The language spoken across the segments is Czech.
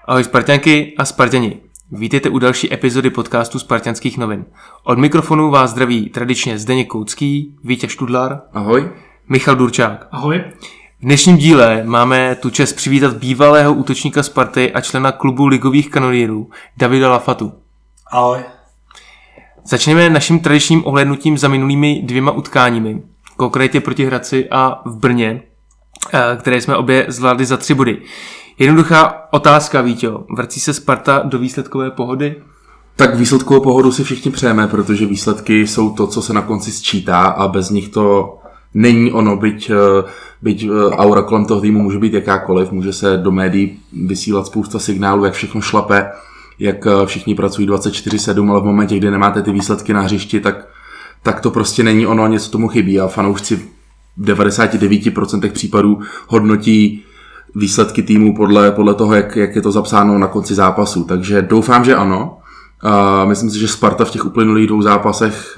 Ahoj Sparťanky a Sparťani. Vítejte u další epizody podcastu Sparťanských novin. Od mikrofonu vás zdraví tradičně Zdeněk Koucký, Vítěz Študlar. Ahoj. Michal Durčák. Ahoj. V dnešním díle máme tu čest přivítat bývalého útočníka Sparty a člena klubu ligových kanonýrů Davida Lafatu. Ahoj. Začneme naším tradičním ohlédnutím za minulými 2 utkáními, konkrétně proti Hradci a v Brně, které jsme obě zvládli za 3 body. Jednoduchá otázka, Víťo. Vrací se Sparta do výsledkové pohody? Tak výsledkovou pohodu si všichni přejeme, protože výsledky jsou to, co se na konci sčítá a bez nich to není ono, byť aura kolem toho týmu může být jakákoliv, může se do médií vysílat spousta signálů, jak všechno šlape, jak všichni pracují 24/7, ale v momentě, kdy nemáte ty výsledky na hřišti, tak to prostě není ono, něco tomu chybí a fanoušci v 99% případů hodnotí výsledky týmu podle toho, jak je to zapsáno na konci zápasu. Takže doufám, že ano. Myslím si, že Sparta v těch uplynulých 2 zápasech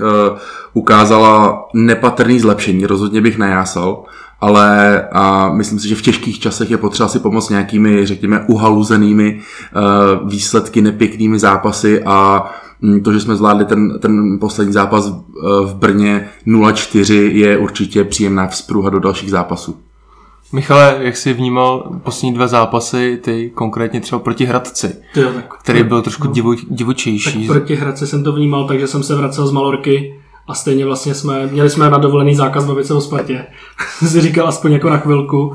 ukázala nepatrný zlepšení. Rozhodně bych nejásal, ale myslím si, že v těžkých časech je potřeba si pomoct nějakými, řekněme, uhaluzenými výsledky, nepěknými zápasy a to, že jsme zvládli ten poslední zápas v Brně 0-4 je určitě příjemná vzpruha do dalších zápasů. Michale, jak jsi vnímal poslední 2 zápasy, ty konkrétně třeba proti Hradci, který byl trošku divočejší? Tak proti Hradci jsem to vnímal, takže jsem se vracel z Malorky a stejně vlastně měli jsme na dovolený zákaz bavit se o Spartě. si říkal aspoň jako na chvilku.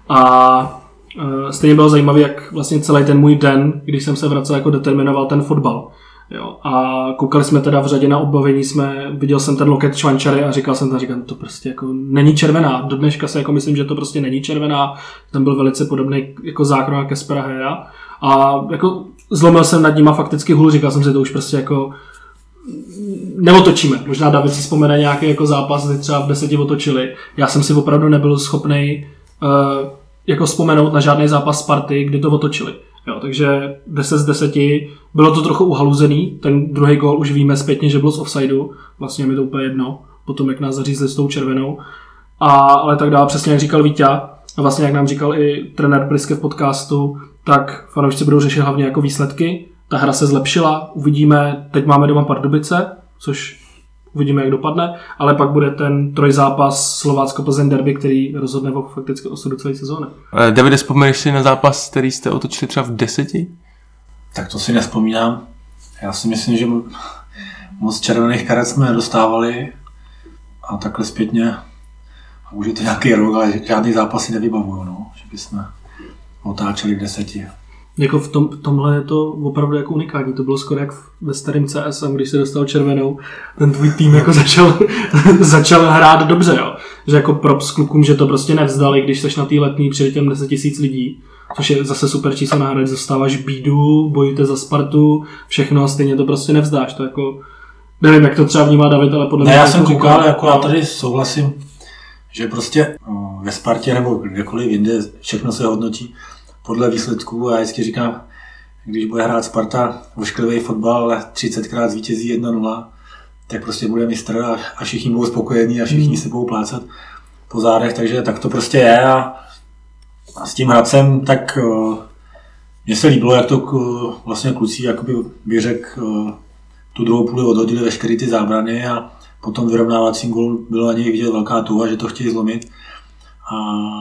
A stejně bylo zajímavé, jak vlastně celý ten můj den, když jsem se vracel, jako determinoval ten fotbal. Jo. A koukali jsme teda v řadě na odbavení, viděl jsem ten loket Švančary a říkal to prostě jako není červená. Do dneška si jako myslím, že to prostě není červená. Tam byl velice podobný jako zákrok Kaspera Hejera. A jako zlomil jsem nad nima fakticky hůl, říkal jsem si, to už prostě jako neotočíme. Možná David si vzpomene nějaký jako zápas, kdy třeba v 10 otočili. Já jsem si opravdu nebyl schopnej jako vzpomenout na žádný zápas Sparty, kdy to otočili. Jo, takže 10 z 10, bylo to trochu uhaluzený, ten druhý gól už víme zpětně, že byl z offsideu, vlastně mi to úplně jedno, potom jak nás zařízli s tou červenou, ale tak dále, přesně jak říkal Víťa, a vlastně jak nám říkal i trenér Priske v podcastu, tak fanoušci budou řešit hlavně jako výsledky, ta hra se zlepšila, uvidíme, teď máme doma Pardubice, což uvidíme, jak dopadne, ale pak bude ten trojzápas Slovácko-Plzeň derby, který rozhodne o fakticky osudu celé sezóny. Davide, vzpomeneš si na zápas, který jste otočili třeba v 10? Tak to si nevzpomínám. Já si myslím, že moc červených karet jsme nedostávali a takhle zpětně. A už je to nějaký rok, ale žádný zápasy nevybavuju, no, že bychom otáčeli v 10. Jako v tomhle je to opravdu jako unikátní. To bylo skoro jak ve starém CSM, když se dostal červenou. Ten tvůj tým jako začal hrát dobře, jo. Že jako props klukům, že to prostě nevzdali, když seš na té letní přijde těm 10 000 lidí. Což je zase super číslo na hradě, zastáváš bídu, bojujete za Spartu, všechno a stejně to prostě nevzdáš. To jako, nevím, jak to třeba vnímá David, ale podle mě... Já jsem koukal, jako já tady souhlasím, že prostě ve Spartě nebo kdekoliv jinde všechno se hodnotí podle výsledků a já vždycky říkám, když bude hrát Sparta ošklivý fotbal, ale 30krát zvítězí 1-0, tak prostě bude mistr a všichni budou spokojení a všichni se budou plácat po zádech, takže tak to prostě je a s tím Hradcem, tak mně se líbilo, jak to vlastně kluci, jakoby bych řekl, tu druhou půli odhodili veškeré ty zábrany a potom vyrovnávacím gólu bylo na něj vidět velká tuha, že to chtějí zlomit a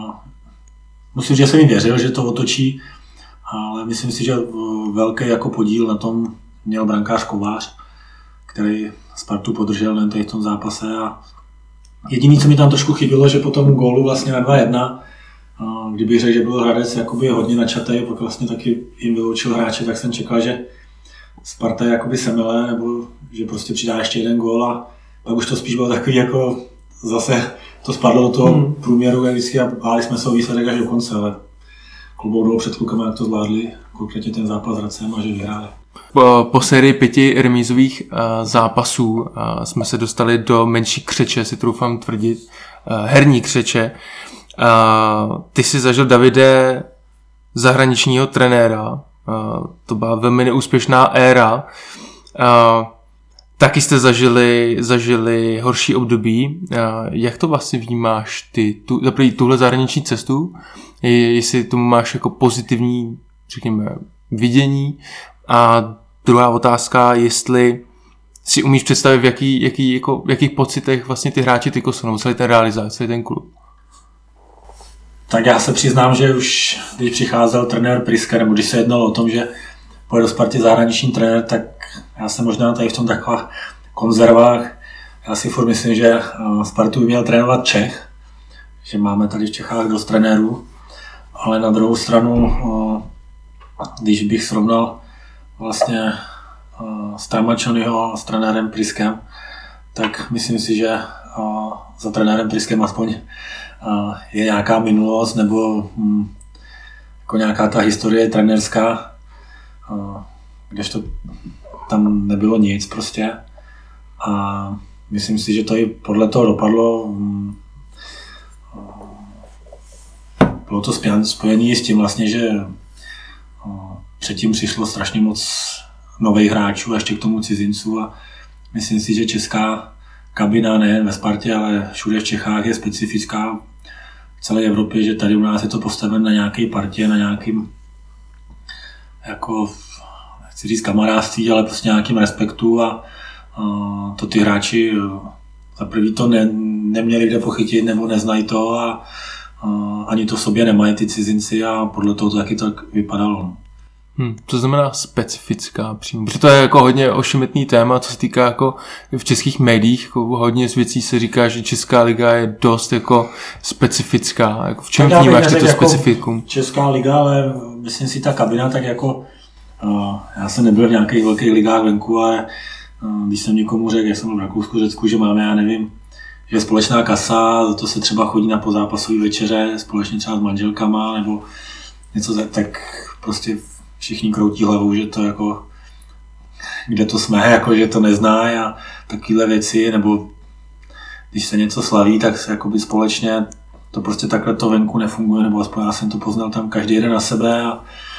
musím říct, že jsem jim věřil, že to otočí, ale myslím si, že velký jako podíl na tom měl brankář Kovář, který Spartu podržel jen v tom zápase a jediné, co mi tam trošku chybilo, že po tom gólu vlastně na 2-1, kdybych řekl, že byl Hradec jakoby hodně načatý, pak vlastně taky jim vyloučil hráče, tak jsem čekal, že Sparta jakoby semele, nebo že prostě přidá ještě jeden gól a pak už to spíš bylo takový jako zase to spadlo do toho průměru, jak vždycky a báli jsme se o výsledek až do konce, ale klubou dolů před klukama, jak to zvládli, konkrétně ten zápas s Hradcem a že vyhráli. Po sérii 5 remízových zápasů jsme se dostali do menší křeče, si troufám tvrdit, herní křeče. Ty jsi zažil, Davide, zahraničního trenéra, to byla velmi neúspěšná éra. Taky jste zažili horší období. Jak to vlastně vnímáš ty, tuhle zahraniční cestu? Jestli tomu máš jako pozitivní, řekněme, vidění. A druhá otázka, jestli si umíš představit, v jakých pocitech vlastně ty hráči Tyko jsou, nebo celý ten realizace, celý ten klub. Tak já se přiznám, že už když přicházel trenér Priska, nebo když se jednalo o tom, že pojde do Sparty zahraniční trenér, tak já jsem možná tady v tom takových konzervách. Já si furt myslím, že Spartu by měl trénovat Čech, že máme tady v Čechách dost trenérů, ale na druhou stranu, když bych srovnal vlastně s Tamačonyho a s trenérem Priskem, tak myslím si, že za trenérem Priskem aspoň je nějaká minulost nebo jako nějaká ta historie trenérská, kdežto tam nebylo nic prostě. A myslím si, že to i podle toho dopadlo. Bylo to spojené s tím vlastně, že předtím přišlo strašně moc nových hráčů a ještě k tomu cizinců a myslím si, že česká kabina nejen ve Spartě, ale všude v Čechách je specifická v celé Evropě, že tady u nás je to postaven na nějaké partě, na nějakým jako, nechci říct kamarádství, ale prostě nějakým respektu a to ty hráči za prvý to neměli kde pochytit nebo neznají to a ani to v sobě nemají ty cizinci a podle toho to taky tak vypadalo. To znamená specifická přímo, protože to je jako hodně ošemetný téma, co se týká jako v českých médiích, jako hodně z věcí se říká, že Česká liga je dost jako specifická, jako v čem vnímáš ty to specifikum? Česká liga, ale myslím si ta kabina, tak jako já jsem nebyl v nějakých velkých ligách venku, ale když jsem někomu řekl, jak jsem byl v Rakousku, Řecku, že máme, já nevím, že je společná kasa, za to se třeba chodí na pozápasové večeře, společně třeba s manželkama, nebo něco tak prostě všichni kroutí hlavou, že to jako, kde to jsme, jako, že to nezná a takovéhle věci, nebo když se něco slaví, tak se jakoby společně, to prostě takhle to venku nefunguje, nebo aspoň já jsem to poznal tam každý jeden na sebe a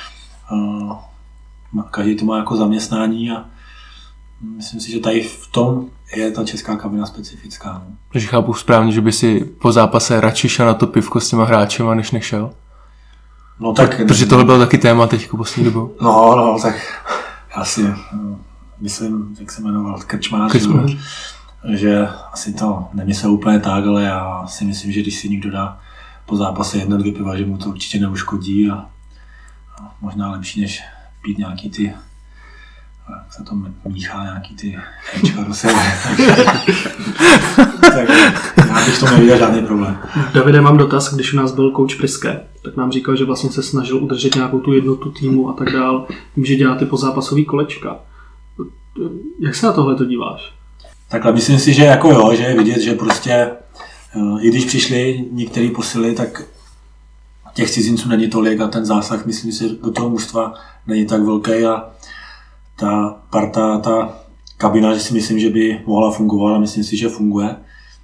každý to má jako zaměstnání a myslím si, že tady v tom je ta česká kabina specifická. No. Takže chápu správně, že by si po zápase radši šel na to pivko s těma hráčema, než nešel? No tak... Protože tohle bylo taky téma teď poslední dobou. No, tak já si myslím, jak se jmenoval, Krčmář, že asi to nemyslel úplně tak, ale já si myslím, že když si někdo dá po zápase 1-2 piva, že mu to určitě neuškodí a možná lepší, než pít nějaký ty, jak se to míchá, nějaký ty karusely. Tak já bych to neviděl žádný problém. Davide, mám dotaz, když u nás byl kouč Priske, tak nám říkal, že vlastně se snažil udržet nějakou tu jednotu týmu a tak dál, tím, že dělá ty pozápasový kolečka. Jak se na tohle to díváš? Takhle myslím si, že jako jo, že je vidět, že prostě i když přišli některé posily, tak těch cizinců není tolik a ten zásah, myslím si, do toho mužstva není tak velký a ta parta, ta kabina, že si myslím, že by mohla fungovat a myslím si, že funguje.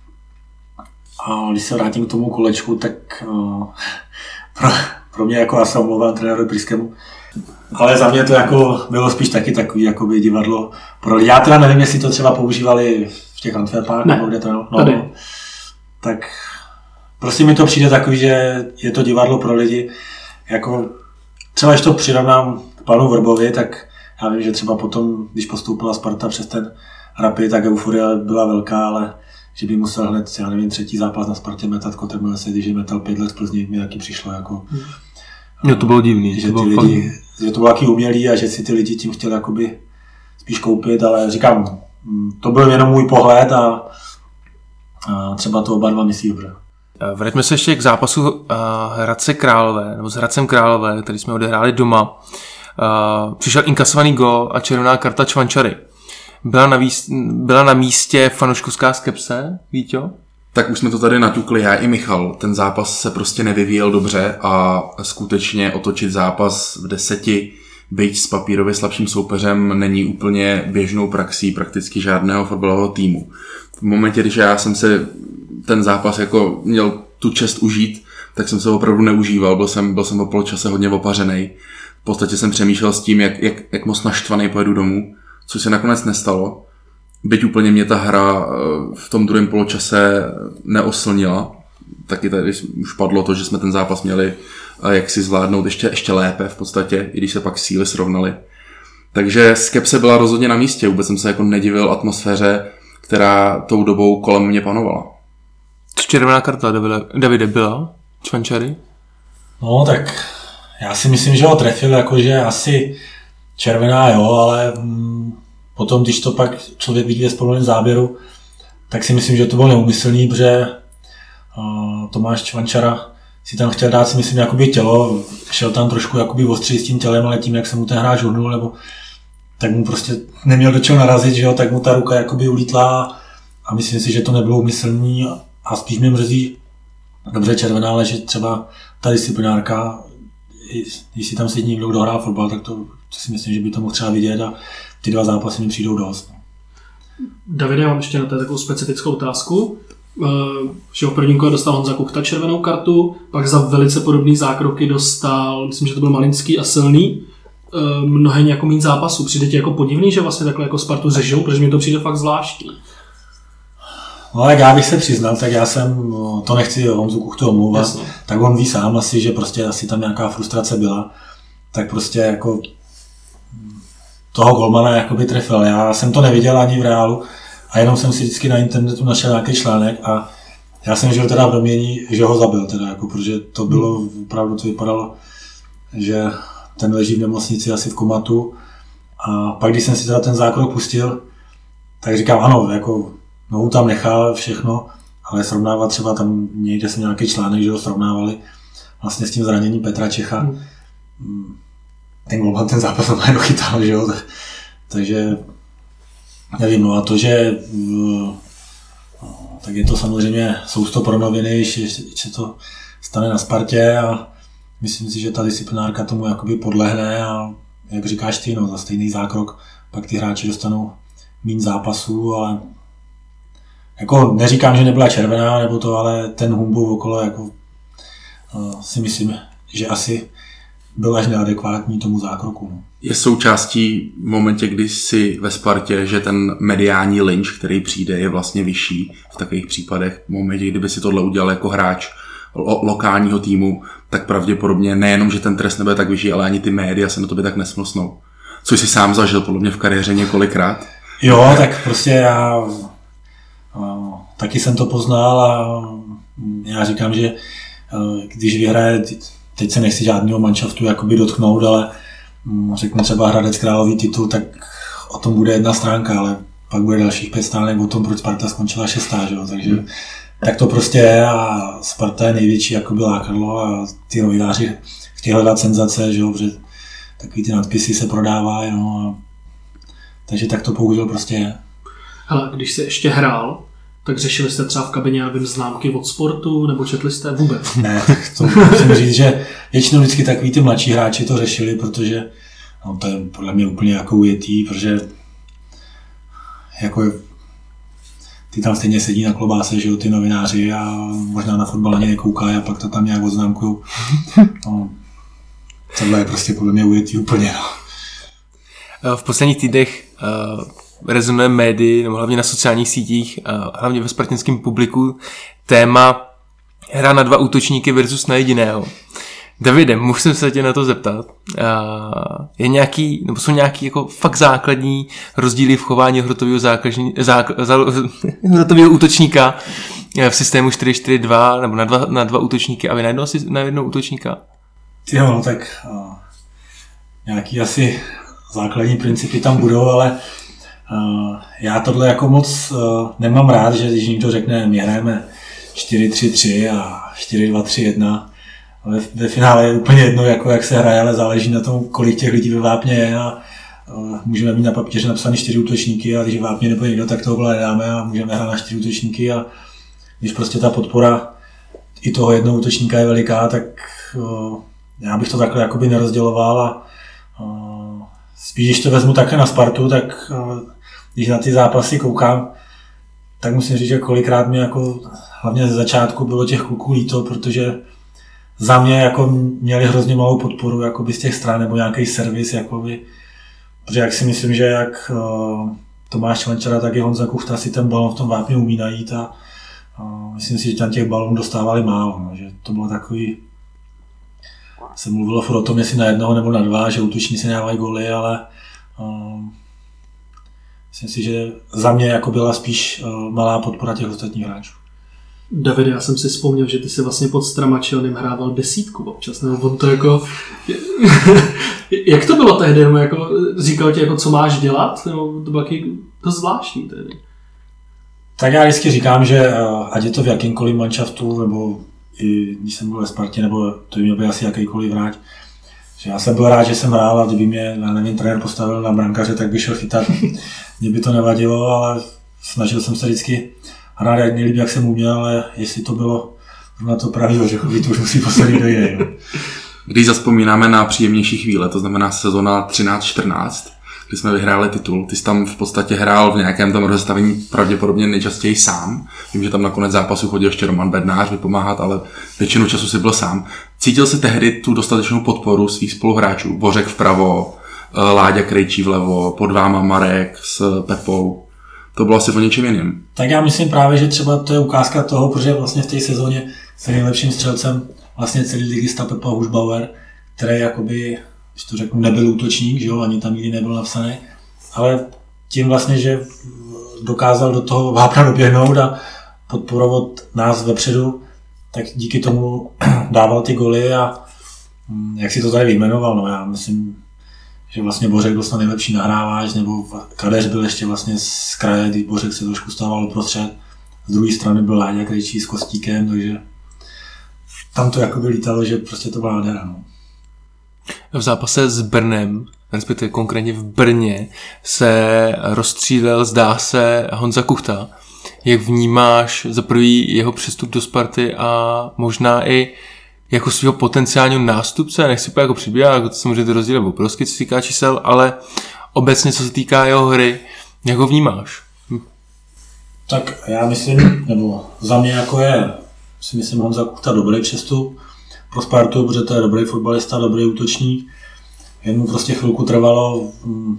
A když se vrátím k tomu kolečku, tak pro mě, jako já se omlouvám trenérovi Priskému, ale za mě to jako bylo spíš taky takový jakoby divadlo pro lidi. Já teda nevím, jestli to třeba používali v těch Antwerpách, nebo kde to tak prostě mi to přijde takový, že je to divadlo pro lidi. Jako, třeba když to přirovnám panu Vrbovi, tak já vím, že třeba potom, když postoupila Sparta přes ten Rapid, tak euforia byla velká, ale že by musel hned, já nevím, 3. zápas na Spartě metat kotrmelec, když je metal 5 let v Plzni, mi taky přišlo jako... Jo, to bylo divný. Že to bylo taky umělý a že si ty lidi tím chtěli jakoby spíš koupit, ale říkám, to byl jenom můj pohled a třeba to oba dva myslí dobře. Vraťme se ještě k zápasu Hradce Králové, nebo s Hradcem Králové, který jsme odehráli doma. Přišel inkasovaný gól a červená karta Čvančary. Byla na místě fanouškovská skepse, Víťo? Tak už jsme to tady naťukli, já i Michal. Ten zápas se prostě nevyvíjel dobře a skutečně otočit zápas v 10, byť s papírově slabším soupeřem, není úplně běžnou praxí prakticky žádného fotbalového týmu. V momentě, když já jsem se ten zápas jako měl tu čest užít, tak jsem se opravdu neužíval, byl jsem po poločase hodně opařenej. V podstatě jsem přemýšlel s tím, jak moc naštvaný pojedu domů, což se nakonec nestalo. Byť úplně mě ta hra v tom druhém poločase neoslnila. Taky tady už padlo to, že jsme ten zápas měli a jak si zvládnout ještě lépe v podstatě, i když se pak síly srovnaly. Takže skepse byla rozhodně na místě, vůbec jsem se jako nedivil atmosféře, která tou dobou kolem mě panovala. Co červená karta, Davide, byla? Čvančary? No tak já si myslím, že ho trefil, jakože asi červená jo, ale potom, když to pak člověk vidí ve zpomaleném záběru, tak si myslím, že to bylo neúmyslný, protože Tomáš Čvančara si tam chtěl dát, si myslím, jakoby tělo, šel tam trošku jakoby ostři s tím tělem, ale tím, jak se mu ten hráč hodnul, nebo tak mu prostě neměl do čeho narazit, že jo, tak mu ta ruka jakoby ulítla a myslím si, že to nebylo úmyslný a spíš mě mrzí, dobře červená, ale že třeba ta disciplinárka, když si tam sedí někdo, kdo hrál fotbal, tak to si myslím, že by to mohl třeba vidět a ty 2 zápasy mi přijdou dost. Davide, já mám ještě na to takovou specifickou otázku. Že v prvním kole dostal Honza Kuchta červenou kartu, pak za velice podobný zákroky dostal, myslím, že to byl Malinský a Silný, mnohem jako méně zápasů. Přijde ti jako podivný, že vlastně takhle jako Spartu řežou, protože mi to přijde fakt zvláštní. No jak já bych se přiznal, tak já jsem, to nechci Honzu Kuchtu omlouvat, jasně. Tak on ví sám asi, že prostě asi tam nějaká frustrace byla, tak prostě jako toho golmana jakoby trefil. Já jsem to neviděl ani v reálu a jenom jsem si vždycky na internetu našel nějaký článek a já jsem žil teda v domění, že ho zabil teda, jako, protože to bylo, opravdu to vypadalo, že ten leží v nemocnici asi v komatu a pak když jsem si teda ten zákrok pustil, tak říkám ano, jako nohu tam nechal všechno, ale srovnávat třeba tam někde jsem nějaký článek, že ho srovnávali vlastně s tím zraněním Petra Čecha. Ten golman ten zápas normálně dochytal, že jo, takže nevím, no a to, že tak je to samozřejmě sousto pro noviny, že se to stane na Spartě a myslím si, že ta disciplinárka tomu jakoby podlehne a jak říkáš ty, no za stejný zákrok pak ty hráči dostanou méně zápasů, ale jako neříkám, že nebyla červená nebo to, ale ten humbuk okolo jako si myslím, že asi byl až neadekvátní tomu zákroku. No. Je součástí v momentě, kdy jsi ve Spartě, že ten mediální lynč, který přijde, je vlastně vyšší v takových případech. V momentě, kdyby si tohle udělal jako hráč lokálního týmu, tak pravděpodobně nejenom, že ten trest nebude tak vyšší, ale ani ty média se na to by tak nesmlsnou. Což si sám zažil podle mě v kariéře několikrát. Jo, tak prostě já taky jsem to poznal a já říkám, že když vyhraje, teď se nechci žádného manšaftu jakoby dotknout, ale řeknu třeba Hradec Králové titul, tak o tom bude 1 stránka, ale pak bude dalších 5 stránek o tom, proč Sparta skončila 6. Že jo? Takže tak to prostě je a Sparta je největší jakoby lákadlo a ty novináři chtějí hledat senzace, že jo? Protože takový ty nadpisy se prodávají, no takže tak to bohužel prostě je. Hele, když jsi ještě hrál, tak řešili jste třeba v kabině, nevím, známky od sportu, nebo četli jste vůbec? Ne, tak to musím říct, že většinou vždycky takový ty mladší hráči to řešili, protože no, to je podle mě úplně jako ujetý, protože jako ty tam stejně sedí na klobáse, že jo, ty novináři a možná na fotbal ani nekoukají a pak to tam nějak odznámkujou. No, tohle je prostě podle mě ujetý úplně. No. V posledních týdnech rezonuje médii, nebo hlavně na sociálních sítích, hlavně ve spartanském publiku, téma hra na 2 útočníky versus na jediného. Davide, musím se tě na to zeptat. Je nějaký, nebo jsou nějaký jako fakt základní rozdíly v chování hrotového útočníka v systému 4-4-2, nebo na dva útočníky a vy na jednoho útočníka? Jo, no tak nějaký asi základní principy tam budou, ale já tohle jako moc nemám rád, že když někdo řekne, my hrajeme 4-3-3 a 4-2-3-1, ale ve finále je úplně jedno, jako jak se hraje, ale záleží na tom, kolik těch lidí ve vápně je a můžeme mít na papíře napsané 4 útočníky a když vápně nebo někdo, tak tohle nedáme a můžeme hrát na 4 útočníky a když prostě ta podpora i toho jednoho útočníka je veliká, tak já bych to takhle jakoby nerozděloval a spíš, když to vezmu také na Spartu, tak když na ty zápasy koukám, tak musím říct, že kolikrát mi jako hlavně ze začátku bylo těch kluků líto, protože za mě jako měli hrozně malou podporu jakoby z těch stran nebo nějaký servis, jakoby, protože jak si myslím, že jak Tomáš Čvančara, tak i Honza Kuchta si ten balon v tom vápně umí najít a myslím si, že tam těch balonů dostávali málo, no, že to bylo takový se mluvilo furt o tom, jestli na jednoho nebo na dva, že útočníci nedávají góly, ale myslím si, že za mě jako byla spíš malá podpora těch ostatních hráčů. David, já jsem si vzpomněl, že ty si vlastně pod Stramačelným hrával 10 občas, nebo on to jako... Jak to bylo tehdy, nebo jako říkal ti, jako, co máš dělat, nebo to bylo to zvláštní tehdy? Tak já vždycky říkám, že ať je to v jakýmkoliv manšaftu, nebo i když jsem byl ve Spartě, nebo to by měl být asi jakýkoliv hráč, že já jsem byl rád, že jsem hrál a kdyby mě, nevím, trenér postavil na brankaře, tak by šel chytat. Mně by to nevadilo, ale snažil jsem se vždycky hrát jak nejlíp, jak jsem uměl, ale jestli to bylo na to pravidlo, že chodí, to už musí posadit do jiné. Když zazpomínáme na příjemnější chvíle, to znamená sezona 13-14, kdy jsme vyhráli titul, ty jsi tam v podstatě hrál v nějakém tam rozestavení pravděpodobně nejčastěji sám. Vím, že tam na konec zápasu chodil ještě Roman Bednář vypomáhat, ale většinu času si byl sám. Cítil jsi tehdy tu dostatečnou podporu svých spoluhráčů? Bořek vpravo, Láďa Krejčí vlevo, pod váma Marek s Pepou. To bylo asi o něčem jiným. Tak já myslím právě, že třeba to je ukázka toho, protože vlastně v té sezóně se nejlepším střelcem vlastně celý ligista Pepa Hušbauer, který jakoby, když to řeknu, nebyl útočník, že jo, ani tam nikdy nebyl napsaný, ale tím vlastně, že dokázal do toho vápna doběhnout a podporovat nás vepředu, tak díky tomu dával ty goly a jak si to tady vyjmenoval, no já myslím, že vlastně Bořek dostal nejlepší nahráváč, nebo Kadeř byl ještě vlastně z kraje, kdy Bořek se trošku stával uprostřed. Z druhé strany byl Láďa Krejčí s Kostíkem, takže tam to jakoby lítalo, že prostě to byla nádhera. No. V zápase s Brnem, respektive konkrétně v Brně, se rozstřílel, zdá se, Honza Kuchta. Jak vnímáš za prvý jeho přestup do Sparty a možná i jako svého potenciálního nástupce, nechci jako přibírat, to se můžete rozdělit obrovsky, co se týká čísel, ale obecně, co se týká jeho hry, jak ho vnímáš? Tak já myslím, nebo za mě jako si myslím Honza Kuchta dobrý přestup pro Spartu, protože to je dobrý fotbalista, dobrý útočník. Jen mu prostě chvilku trvalo,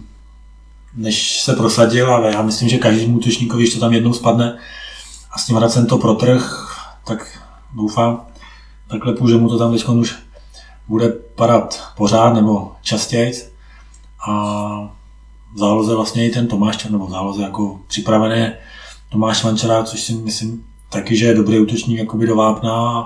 než se prosadil, ale já myslím, že každému útočníkovi, když to tam jednou spadne a s tím Hradcem to protrh, tak doufám, takhle že mu to tam teď už bude padat pořád nebo častěji. A v záloze vlastně i ten Tomáš, nebo v záloze jako připravený Tomáš Vančara, což si myslím taky, že je dobrý útočník jakoby do vápna.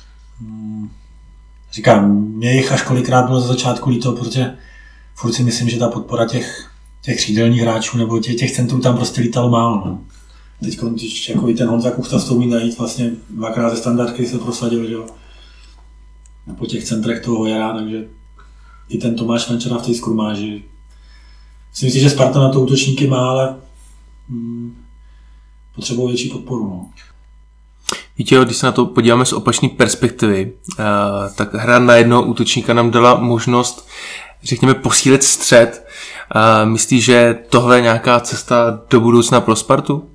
Říkám, mě jich až kolikrát bylo za začátku líto, protože furt si myslím, že ta podpora těch křídelních hráčů nebo těch centrů tam prostě lítalo málo. No. Teď když jako i ten Honza Kuchta s tou umí najít vlastně dvakrát ze standardky se prosadil, že jo. Po těch centrech toho Hojera, takže i ten Tomáš Vančara v té skrumáži. Myslím si, že Sparta na to útočníky má, ale potřebuje větší podporu. No. Víte, když se na to podíváme z opačné perspektivy, tak hra na jednoho útočníka nám dala možnost, řekněme, posílit střed. Myslíš, že tohle je nějaká cesta do budoucna pro Spartu?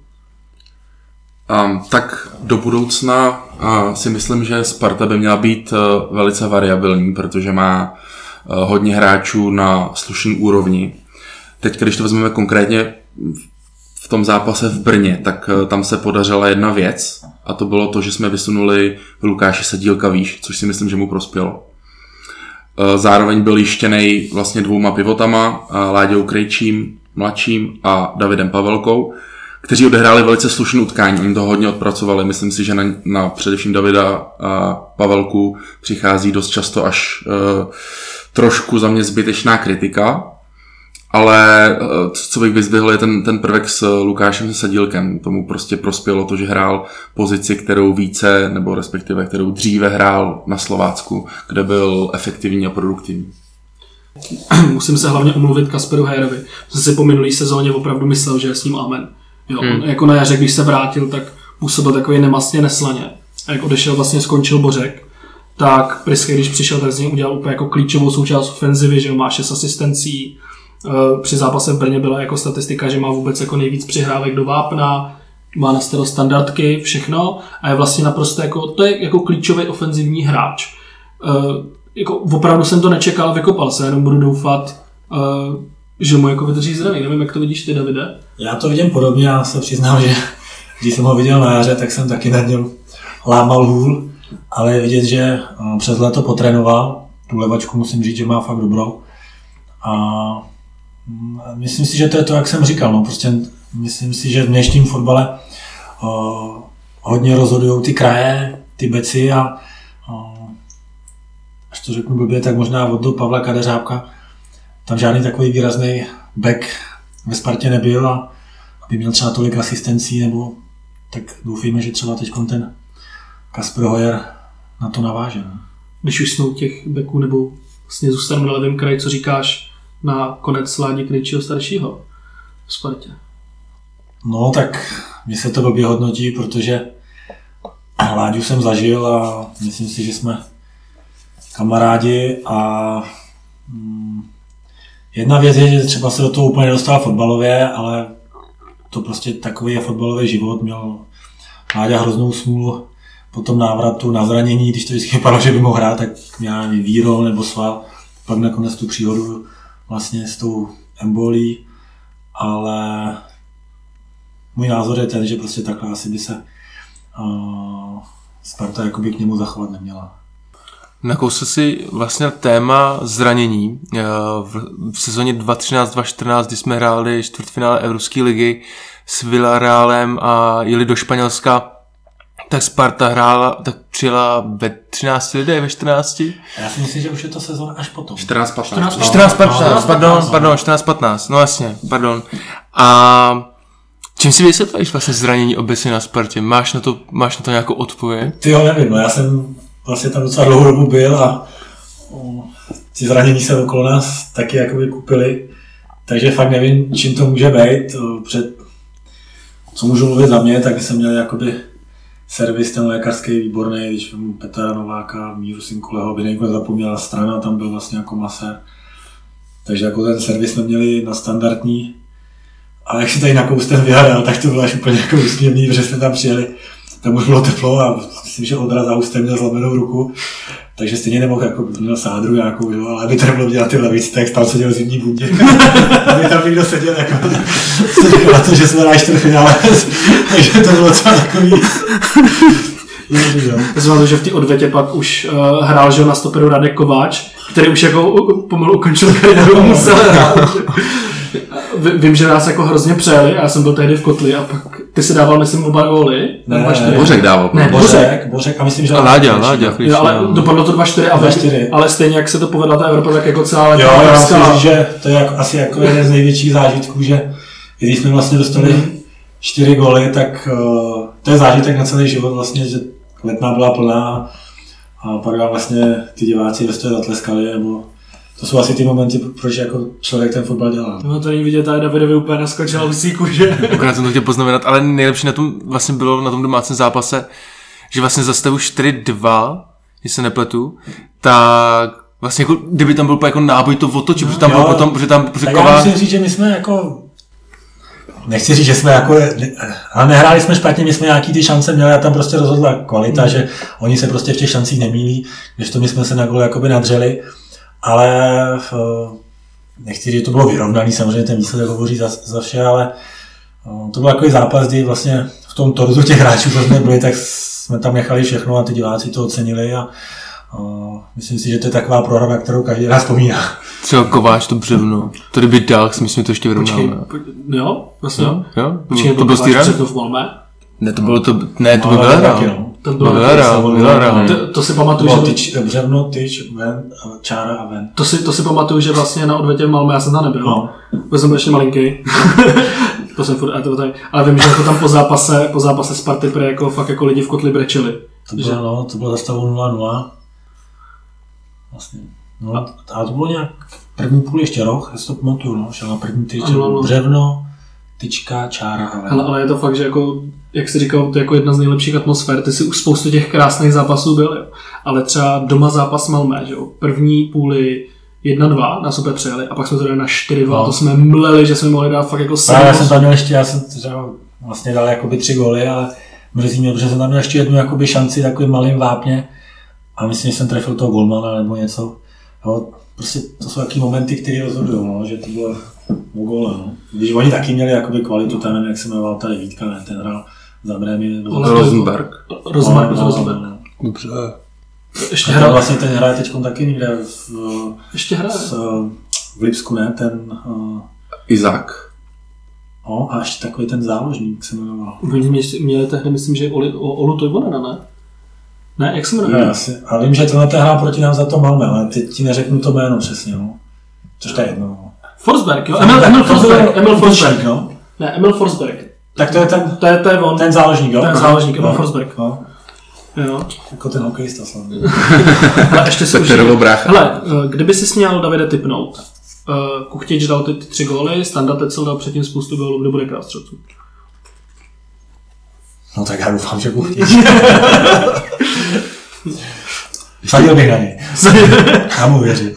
Tak do budoucna si myslím, že Sparta by měla být velice variabilní, protože má hodně hráčů na slušný úrovni. Teď, když to vezmeme konkrétně v tom zápase v Brně, tak tam se podařila jedna věc a to bylo to, že jsme vysunuli Lukáše Sadílka výš, což si myslím, že mu prospělo. Zároveň byl jištěnej vlastně 2 pivotama, Láďou Krejčím, mladším a Davidem Pavelkou, kteří odehráli velice slušné utkání, oni to hodně odpracovali. Myslím si, že na především Davida a Pavelku přichází dost často až trošku za mě zbytečná kritika, ale co bych vyzdvihl je ten prvek s Lukášem Sadílkem. Tomu prostě prospělo to, že hrál pozici, kterou více, nebo respektive kterou dříve hrál na Slovácku, kde byl efektivní a produktivní. Musím se hlavně omluvit Kasperu Hejerovi. Jsem si po minulý sezóně opravdu myslel, že je s ním amen. Jo, jako na jaře, když se vrátil, tak působil takový nemastně neslaně. A jak odešel, vlastně skončil Bořek, tak Priske, když přišel, tak z něj udělal úplně jako klíčovou součást ofenzivy, že má 6 asistencí. Při zápase v Brně byla jako statistika, že má vůbec jako nejvíc přihrávek do vápna, má na starost standardky, všechno a je vlastně naprosto jako, to je jako klíčový ofenzivní hráč. Jako opravdu jsem to nečekal, vykopal se, jenom budu doufat, že mu jako vydrží zdraví. Nevím, jak to vidíš ty, Davide? Já to vidím podobně, já se přiznám, že když jsem ho viděl na jaře, tak jsem taky nad něm lámal hůl, ale je vidět, že přes léto potrénoval, tu levačku musím říct, že má fakt dobrou. A myslím si, že to je to, jak jsem říkal, no, prostě myslím si, že v dnešním fotbale hodně rozhodují ty kraje, ty beci a až to řeknu blbě, tak možná od do Pavla Kadeřábka tam žádný takový výrazný back ve Spartě nebyl a aby měl třeba tolik asistencí, nebo tak doufejme, že třeba teď ten Kasper Hoyer na to naváže. Ne? Když už jsme u těch backů, nebo vlastně zůstaneme na levém kraji, co říkáš na konec Ládi Krejčího staršího v Spartě? No tak mi se to blbě hodnotí, protože Láďu jsem zažil a myslím si, že jsme kamarádi a jedna věc je, že třeba se do toho úplně nedostal fotbalově, ale to prostě takový je fotbalový život. Měl Láďa hroznou smůlu po tom návratu na zranění, když to vždycky vypadalo, že by mohl hrát, tak měl výrol nebo sval. Pak nakonec tu příhodu vlastně s tou embolí, ale můj názor je ten, že prostě takhle asi by se Sparta jakoby k němu zachovat neměla. Nakousl si vlastně téma zranění. V sezóně 2013-2014, kdy jsme hráli čtvrtfinále Evropské ligy s Villarrealem a jeli do Španělska, tak Sparta přijela ve 13 lidé, ve 14? Já si myslím, že už je to sezóna až potom. 14-15, no jasně, pardon. A čím si vysvětlíš vlastně zranění obecně na Spartě? Máš na to nějakou odpověď? Ty jo, nevím, no já jsem vlastně tam docela dlouhou dobu byl a ty zranění se okolo nás taky jakoby kupily, takže fakt nevím, čím to může být. Co můžu mluvit za mě, tak jsem měl jakoby servis ten lékařský výborný, když Petra Nováka, Míru Sinkuleho, by někdo zapomněla strana, tam byl vlastně jako masér. Takže jako ten servis jsme měli na standardní. A jak si tady nakous ten Villarreal, tak to bylo až úplně jako úsměvný, protože jsme tam přijeli. Tam už bylo teplo a myslím, že Ondra za ústem měl zlomenou ruku. Takže stejně nemohl, jako měl sádru nějakou, jo, ale aby to nebylo dělat ty levici, tak tam seděl zimní bundě. Aby tam někdo seděl jako na to, že jsme na čtvrtfinále. Takže to bylo docela takový. Já jsem že v té odvetě pak už hrál že na stoperu Radek Kováč, který už jako pomalu ukončil kariéru a musel hrát. Vím, že nás jako hrozně přejeli, já jsem byl tehdy v Kotli a pak ty si dával, myslím, oba góly. Ne, Bořek dával. Ne, Bořek a myslím, že... A Láďa. Ale dopadlo to 2-4 a 2-4. Ale stejně, jak se to povedla ta Evropa, tak jako celá letní. Jo, já myslím, že to je jako, asi jako jeden z největších zážitků, že když jsme vlastně dostali 4 góly, tak to je zážitek na celý život vlastně, že Letná byla plná a pak vám vlastně ty diváci vlastně zatleskali, nebo to jsou asi ty momenty, proč jako člověk ten fotbal dělá. No to není vidět, ale Davidovi úplně naskočila husíku, že? Akorát jsem to chtěl poznamenat, ale nejlepší na tom vlastně bylo na tom domácím zápase, že vlastně za stavu 4-2, když se nepletu, tak vlastně jako, kdyby tam byl jako náboj to otočit, protože tam byl potom, protože já musím říct, že my jsme jako, nechci říct, že jsme jako, ale nehráli jsme špatně, my jsme nějaký ty šance měli a tam prostě rozhodla kvalita, že oni se prostě v těch šancích nemýlí, když to my jsme se na gól jakoby nadřeli. Ale nechci říct, že to bylo vyrovnaný, samozřejmě ten výsledek hovoří za vše, ale to byl takový zápas, kdy vlastně v tom torzu těch hráčů, co jsme byli, tak jsme tam nechali všechno a ty diváci to ocenili a myslím si, že to je taková prohra, na kterou každý rád vzpomíná. Třeba Kováč to břevno, to kdyby dal, si myslím, to ještě vyrovnáme. Jo, vlastně. Jo? Počkej, to byl Kováč to v Malmé? Ne, to bylo to, ne, to byl Villarreal. To si pamatuju, že... Břevno, tyč, ven, čára a ven. To si pamatuju, že vlastně na odvětě v Malmé já jsem tam nebyl. No. Byl jsem ještě malinký. To jsem furt, ale vím, že jako tam po zápase Sparty jako fakt jako lidi v Kotli brečeli. To bylo za stavu 0-0. Vlastně. No, a to bylo nějak první půl ještě roh, já si to pamatuju, no, šel na první tyč, břevno, tyčka, čára a ven. Ale je to fakt, že jako, jak jsi říkal, to je jako jedna z nejlepších atmosfér, ty si už spoustu těch krásných zápasů byl, jo. Ale třeba doma zápas Malmé, že jo, první půli 1-2 nás opět přijeli a pak jsme to dali na 4-2, no. To jsme mleli, že jsme mohli dát fakt jako 7. Já jsem tam měl ještě, já jsem třeba vlastně dal jakoby 3 góly, ale mrzí mě, protože jsem tam měl ještě jednu jakoby šanci takovým malým vápně a myslím, že jsem trefil toho golmana nebo něco. Jo, prostě to jsou taky momenty, které rozhodují, no, že to bylo o góle. No. Když oni taky měli jakoby kvalitu, tam nevím, jak se jmenoval ta devítka, ne, ten hrál za Brémy. Rosenberg. Rosenberg. Dobře. Ještě hraje. Vlastně ten hraje teď taky někde Ještě hraje. V Lipsku, ne? Ten... Izák. No, a ještě takový ten záložník se jmenoval. Oni měli tehdy, myslím, že Olu Toivonena, ne? Ne, jak se jmenuje? Ne, asi. Ale vím, že tenhle hrál proti nám za to Malmö, ale teď ti neřeknu to jméno přesně, no. Což to je jedno, no. Forsberg, jo? Emil Forsberg. No. Ne, Emil Forsberg. Tak to je ten... To je on. Ten záložník, jo? Ten záložník, Emil Forsberg. No. Jo. Jako ten hokejista slavný. Ale ještě si už... brácha. Hele, kdyby si měl, Davide, tipnout. Kuchtič dal ty 3 góly, Standa Tecel dal předtím spoustu gólů, kdo bude krát střelců. No tak já doufám, že Kuchtič. Vsadil bych na něj. Já mu věřím.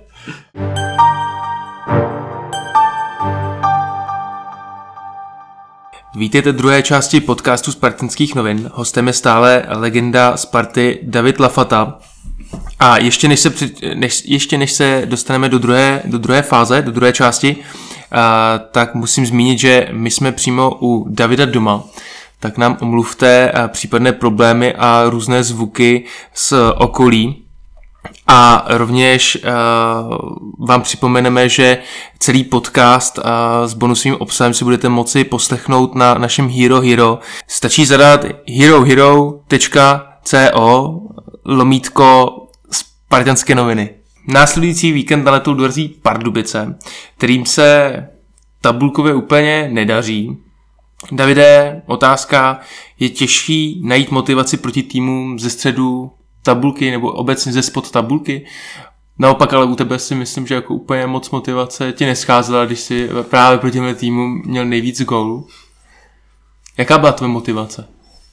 Vítejte v druhé části podcastu Spartanských novin. Hostem je stále legenda Sparty David Lafata. A ještě než se dostaneme do druhé fáze, do druhé části, tak musím zmínit, že my jsme přímo u Davida doma. Tak nám omluvte případné problémy a různé zvuky z okolí. A rovněž vám připomeneme, že celý podcast s bonusovým obsahem si budete moci poslechnout na našem Hero Hero. Stačí zadat herohero.co/Spartanské noviny. Následující víkend naletou dorazí Pardubice, kterým se tabulkově úplně nedaří. Davide, otázka, je těžší najít motivaci proti týmům ze středu tabulky nebo obecně ze spod tabulky? Naopak, ale u tebe si myslím, že jako úplně moc motivace ti nescházela, když si právě proti těmhle týmům měl nejvíc gólů. Jaká byla tvoje motivace?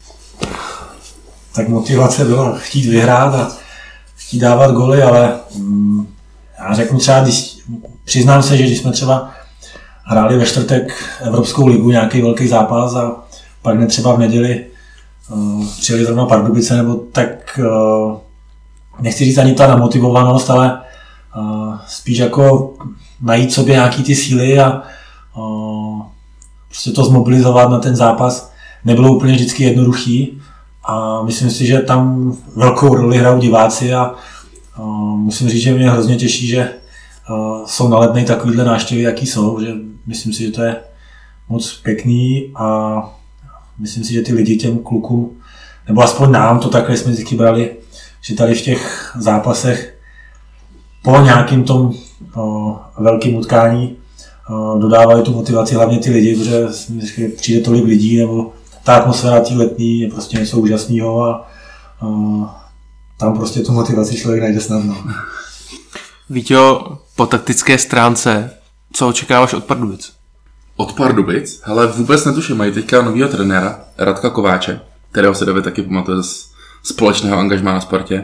Tak motivace byla chtít vyhrát a chtít dávat góly, ale já řeknu třeba, přiznám se, že když jsme třeba hráli ve čtvrtek Evropskou ligu, nějaký velký zápas a pak ne třeba v neděli přijeli zrovna Pardubice, nebo tak nechci říct ani ta namotivovanost, ale spíš jako najít sobě nějaký ty síly a prostě to zmobilizovat na ten zápas nebylo úplně vždycky jednoduchý a myslím si, že tam velkou roli hrajou diváci a musím říct, že mě hrozně těší, že jsou na Letnej takovýhle návštěvy, jaký jsou, že myslím si, že to je moc pěkný a myslím si, že ty lidi těm klukům, nebo aspoň nám to takhle jsme vždycky brali, že tady v těch zápasech po nějakým tom velkým utkání dodávají tu motivaci hlavně ty lidi, protože přijde tolik lidí, nebo ta atmosféra té Letní je prostě něco úžasného a tam prostě tu motivaci člověk najde snadno. Víťo, po taktické stránce, co očekáváš od Pardubic? Od Pardubic? Hele, vůbec netuším, mají teďka novýho trenéra, Radka Kováče, kterého se David taky pamatuje z společného angažmá na Spartě.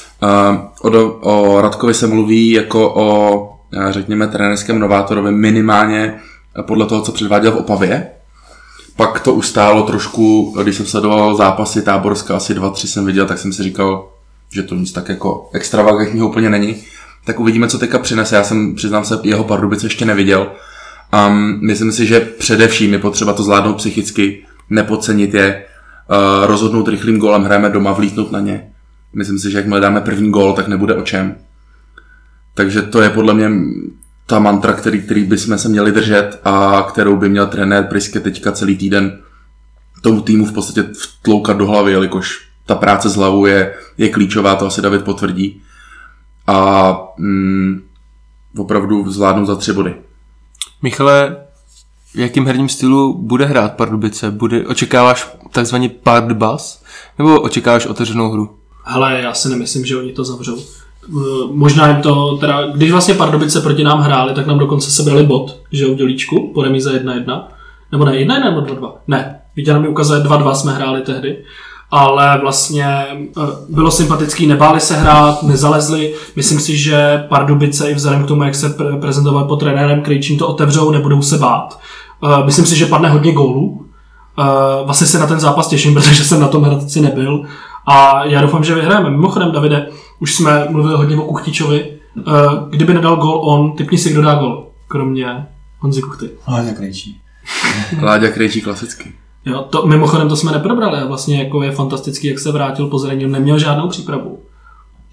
O Radkovi se mluví jako o, řekněme, trenérském novátorovi minimálně podle toho, co předváděl v Opavě. Pak to ustálo trošku, když jsem sledoval zápasy Táborska, asi 2-3 jsem viděl, tak jsem si říkal, že to nic tak jako extravagantního úplně není. Tak uvidíme, co teďka přinese. Já jsem, přiznám se, jeho Pardubice ještě neviděl. Myslím si, že především je potřeba to zvládnout psychicky, nepodcenit je, rozhodnout rychlým gólem, hrajeme doma, vlítnout na ně. Myslím si, že jakmile dáme první gól, tak nebude o čem. Takže to je podle mě ta mantra, který bychom se měli držet a kterou by měl trenér Priske teďka celý týden tomu týmu v podstatě vtloukat do hlavy, jelikož ta práce s hlavou je klíčová, to asi David potvrdí. A opravdu zvládnout za 3 body. Michale, v jakým herním stylu bude hrát Pardubice? Očekáváš takzvaný Pardbas? Nebo očekáváš otevřenou hru? Hele, já si nemyslím, že oni to zavřou. Možná jim to, teda, když vlastně Pardubice proti nám hráli, tak nám dokonce sebrali bod, že u dělíčku, po remíze 1-1. Nebo ne, 1-1 nebo 2-2? Ne, Vítě nám mi ukazuje 2-2 jsme hráli tehdy. Ale vlastně bylo sympatický, nebáli se hrát, nezalezli. Myslím si, že Pardubice i vzhledem k tomu, jak se prezentovali pod trenérem Krejčím, to otevřou, nebudou se bát. Myslím si, že padne hodně gólů. Vlastně se na ten zápas těším, protože jsem na tom hradci nebyl. A já doufám, že vyhrajeme. Mimochodem, Davide, už jsme mluvili hodně o Kuchtičovi. Kdyby nedal gól on, tipni si, kdo dá gól. Kromě Honzy Kuchty. Láďa Krejčí. Láďa Krejčí klasicky. Jo, to, mimochodem to jsme neprobrali a vlastně jako je fantastický, jak se vrátil po zranění, neměl žádnou přípravu.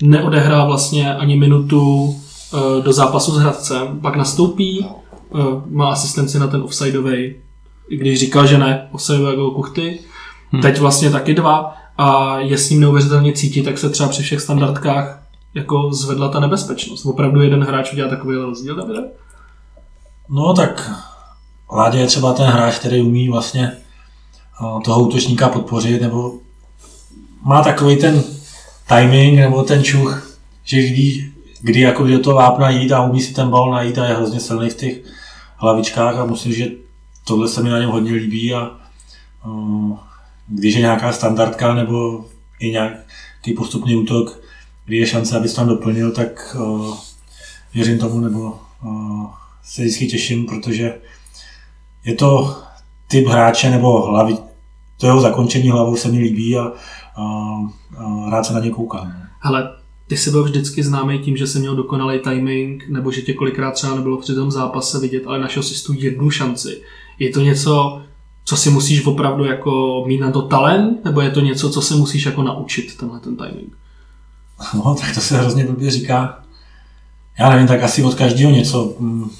neodehrá vlastně ani minutu do zápasu s Hradcem, pak nastoupí, má asistenci na ten offsideovej, i když říkal, že ne, offsideového Kuchty, teď vlastně taky 2 a je s ním neuvěřitelně cítit, tak se třeba při všech standardkách jako zvedla ta nebezpečnost. Opravdu jeden hráč udělá takový rozdíl, Davide? No tak Láďa je třeba ten hráč, který umí vlastně toho útočníka podpořit, nebo má takový ten timing nebo ten čuch, že kdy jako do toho vápna jít a umí si ten bal najít a je hrozně silný v těch hlavičkách a musím, že tohle se mi na něm hodně líbí a když je nějaká standardka nebo i nějaký postupný útok, kdy je šance, aby se tam doplnil, tak věřím tomu nebo se vždycky těším, protože je to typ hráče nebo hlavy, to jeho zakončení hlavou se mi líbí a rád se na ně koukám. Hele, ty jsi byl vždycky známý tím, že jsi měl dokonalý timing, nebo že tě kolikrát třeba nebylo při tom zápase vidět, ale našel jsi tu jednu šanci. Je to něco, co si musíš opravdu jako mít na to talent, nebo je to něco, co se musíš jako naučit, tenhle ten timing? No, tak to se hrozně blbě říká. Já nevím, tak asi od každého něco.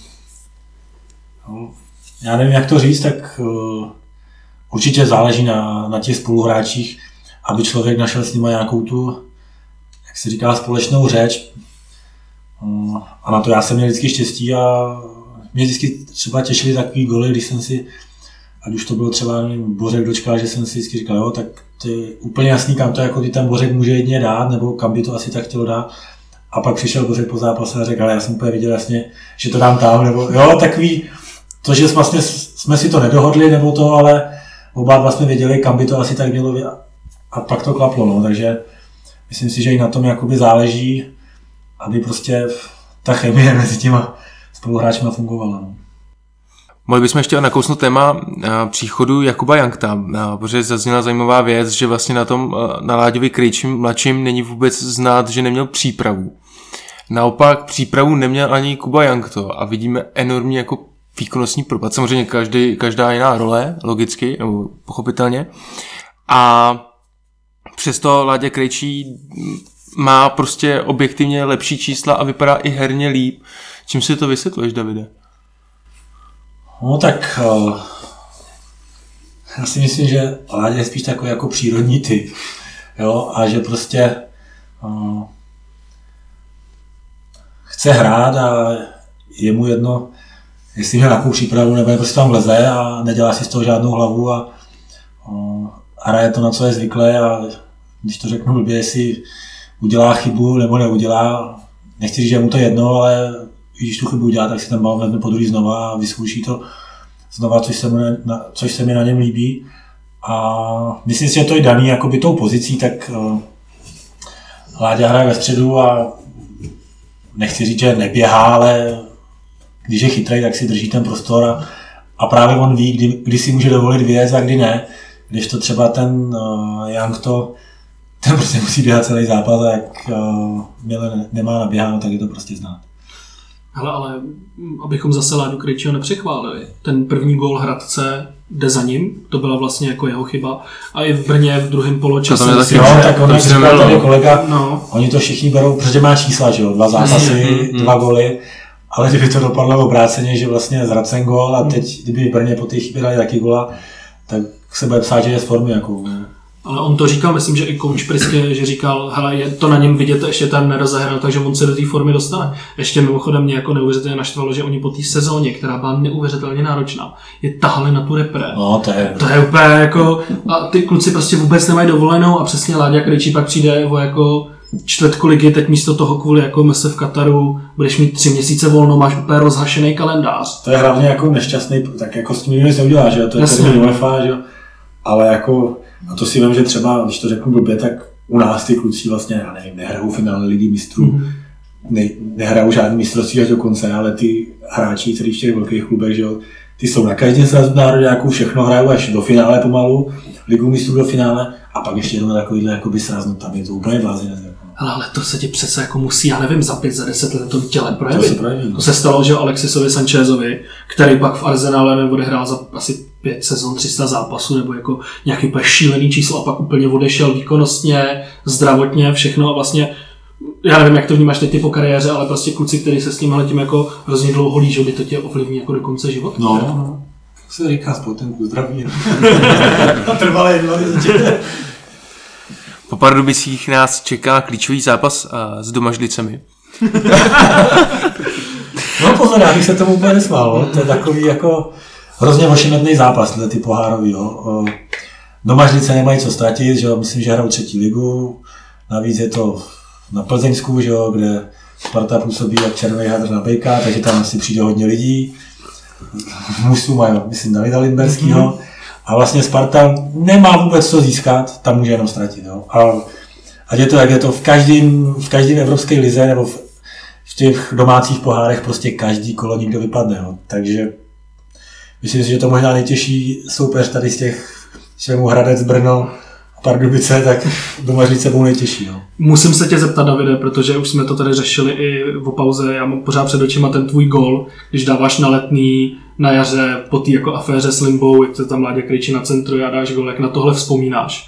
Já nevím, jak to říct, tak určitě záleží na těch spoluhráčích, aby člověk našel s nimi nějakou tu, jak se říká, společnou řeč. A na to já jsem měl vždycky štěstí a mě vždycky třeba těšily takový goly, když jsem si, ať už to bylo třeba Bořek dočkal, že jsem si vždycky říkal, jo, tak to je úplně jasný, kam to jako ten Bořek může jedině dát, nebo kam by to asi tak chtělo dát. A pak přišel Bořek po zápase a řekl, ale já jsem úplně viděl jasně, že to dám tam, nebo jo, takový, to, že vlastně jsme si to nedohodli, nebo to, ale oba dva jsme věděli, kam by to asi tak mělo být a pak to klaplo, no, takže myslím si, že i na tom jakoby záleží, aby prostě ta chemie mezi těma spoluhráčima fungovala. No. Mohli bychom ještě nakousnout téma příchodu Jakuba Jankta, protože zazněla zajímavá věc, že vlastně na Láďovi Krejčím mladším není vůbec znát, že neměl přípravu. Naopak přípravu neměl ani Kuba Jankto a vidíme enormní jako výkonnostní propad. Samozřejmě každá jiná role, logicky, nebo pochopitelně. A přesto Láďa Krejčí má prostě objektivně lepší čísla a vypadá i herně líp. Čím si to vysvětluješ, Davide? No tak já si myslím, že Láďa je spíš takový jako přírodní typ. Jo? A že prostě chce hrát a je mu jedno, jestli měl nějakou přípravu nebo prostě tam vleze a nedělá si z toho žádnou hlavu a hraje to, na co je zvyklý a když to řeknu blbě, jestli udělá chybu nebo neudělá, nechci říct, že mu to jedno, ale když tu chybu udělá, tak si ten bal vezme po druhý znova a vyzkouší to znova, což se mi na něm líbí. A myslím si, že to je daný jakoby tou pozicí, tak Láďa hraje ve středu a nechci říct, že neběhá, ale když je chytrý, tak si drží ten prostor a právě on ví, kdy si může dovolit věc a kdy ne. Když to třeba ten Jankto, ten prostě musí běhat celý zápas a jak nemá naběháno, tak je to prostě znát. Hele, ale abychom zase Láďu Krejčího nepřechválili. Ten první gól Hradce jde za ním, to byla vlastně jako jeho chyba. A i v Brně v druhém poločase. Tak on říkal tady kolega, oni to všichni berou, protože má čísla, že jo, 2 zápasy, 2 góly. Ale kdyby to dopadlo obráceně, že vlastně Hradcen gól a teď, kdyby v Brně po té chybě dali taky góla, tak se bude psát, že je z formy jakou. Ale on to říkal, myslím, že i kouč Priske, že říkal, hele, je to na něm vidět, ještě tam nerozehrál, takže on se do té formy dostane. Ještě mimochodem mě jako neuvěřitelně naštvalo, že oni po té sezóně, která byla neuvěřitelně náročná, je tahali na tu repre. No, to je úplně jako, a ty kluci prostě vůbec nemají dovolenou a přesně Láďa Krejčí pak přijde o jako čtvrtku ligy, teď místo toho kvůli jako mese v Kataru budeš mít 3 měsíce volno, máš úplně rozhašený kalendář. To je hlavně jako nešťastný, tak jako s tím nic neudělá, že jo, to je tedy UEFA, že jo, ale jako, a to si vím, že třeba, když to řeknu blbě, tak u nás ty kluci vlastně, já nevím, nehrajou finále ligy mistrů, nehrajou žádný mistrovství až do konce, ale ty hráči, kteří v těch velkých klubech, že jo, ty jsou na každém srazu nároďáku, všechno hrajou až do finále pomalu, ligu mistrů do finále a pak ještě jednou takovýhle jakoby srazno, tam je to úplně blázinec. Ale to se ti přece jako musí, já nevím, za 5, za 10 let na tom těle projevit. To se stalo, že Alexisovi Sanchezovi, který pak v Arsenále odehrál za asi 5 sezon 300 zápasů, nebo jako nějaký úplně šílený číslo a pak úplně odešel výkonnostně, zdravotně, všechno a vlastně já nevím, jak to vnímáš teď ty po kariéře, ale prostě kluci, kteří se s tím jako hrozně dlouho lížou, by to tě ovlivní jako do konce života. No. Jak se říká spotenku, zdraví. A trvalé invalidice. Po Pardubicích nás čeká klíčový zápas s Domažlicemi. No pozor, já bych se tomu úplně nesmál. To je takový jako hrozně ošemetný zápas, ty pohárový. Domažlice nemají co ztratit, že jo? Myslím, že hrajou 3. ligu. Navíc je to na Plzeňsku, že jo? Kde Sparta působí jak červený hadr na bejka, takže tam asi přijde hodně lidí. Mužstvu mají, myslím, Davida Limberskýho. A vlastně Sparta nemá vůbec co získat, tam může jenom ztratit. Jo? A ať je to, jak je to v každém evropské lize nebo v těch domácích pohárech prostě každý kolo nikdo vypadne. Jo? Takže myslím si, že to možná nejtěžší soupeř tady z těch čemu Hradec, Brno, Pardubice, tak Domažlice budou nejtěžší. No. Musím se tě zeptat, Davide, protože už jsme to tady řešili i v pauze, já mám pořád před očima ten tvůj gól, když dáváš na Letný, na jaře, po té jako aféře s Limbou, jak se tam Láďa Krejčí na centru a dáš gól, jak na tohle vzpomínáš?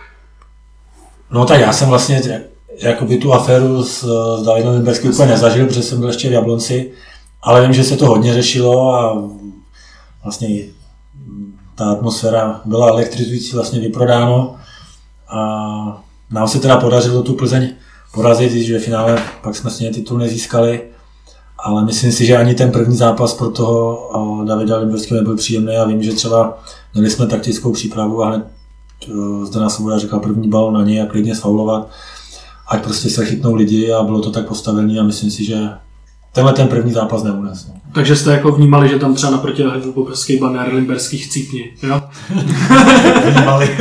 No tak já jsem vlastně jakoby tu aféru s Davidem Limberským úplně nezažil, protože jsem byl ještě v Jablonci, ale vím, že se to hodně řešilo a vlastně ta atmosféra byla elektrizující, vlastně vyprodáno a nám se teda podařilo tu Plzeň porazit, když ve finále pak jsme s ně titul nezískali, ale myslím si, že ani ten první zápas pro toho Davida Limberského nebyl příjemný a vím, že třeba měli jsme taktickou přípravu a hned Zdena Svoboda říkal první balón na něj a klidně sfaulovat, ať prostě se chytnou lidi a bylo to tak postavené a myslím si, že tenhle ten první zápas neunes. No. Takže jste jako vnímali, že tam třeba na protiváhu byl obrovský banner Limberských cípni, jo? Vnímali.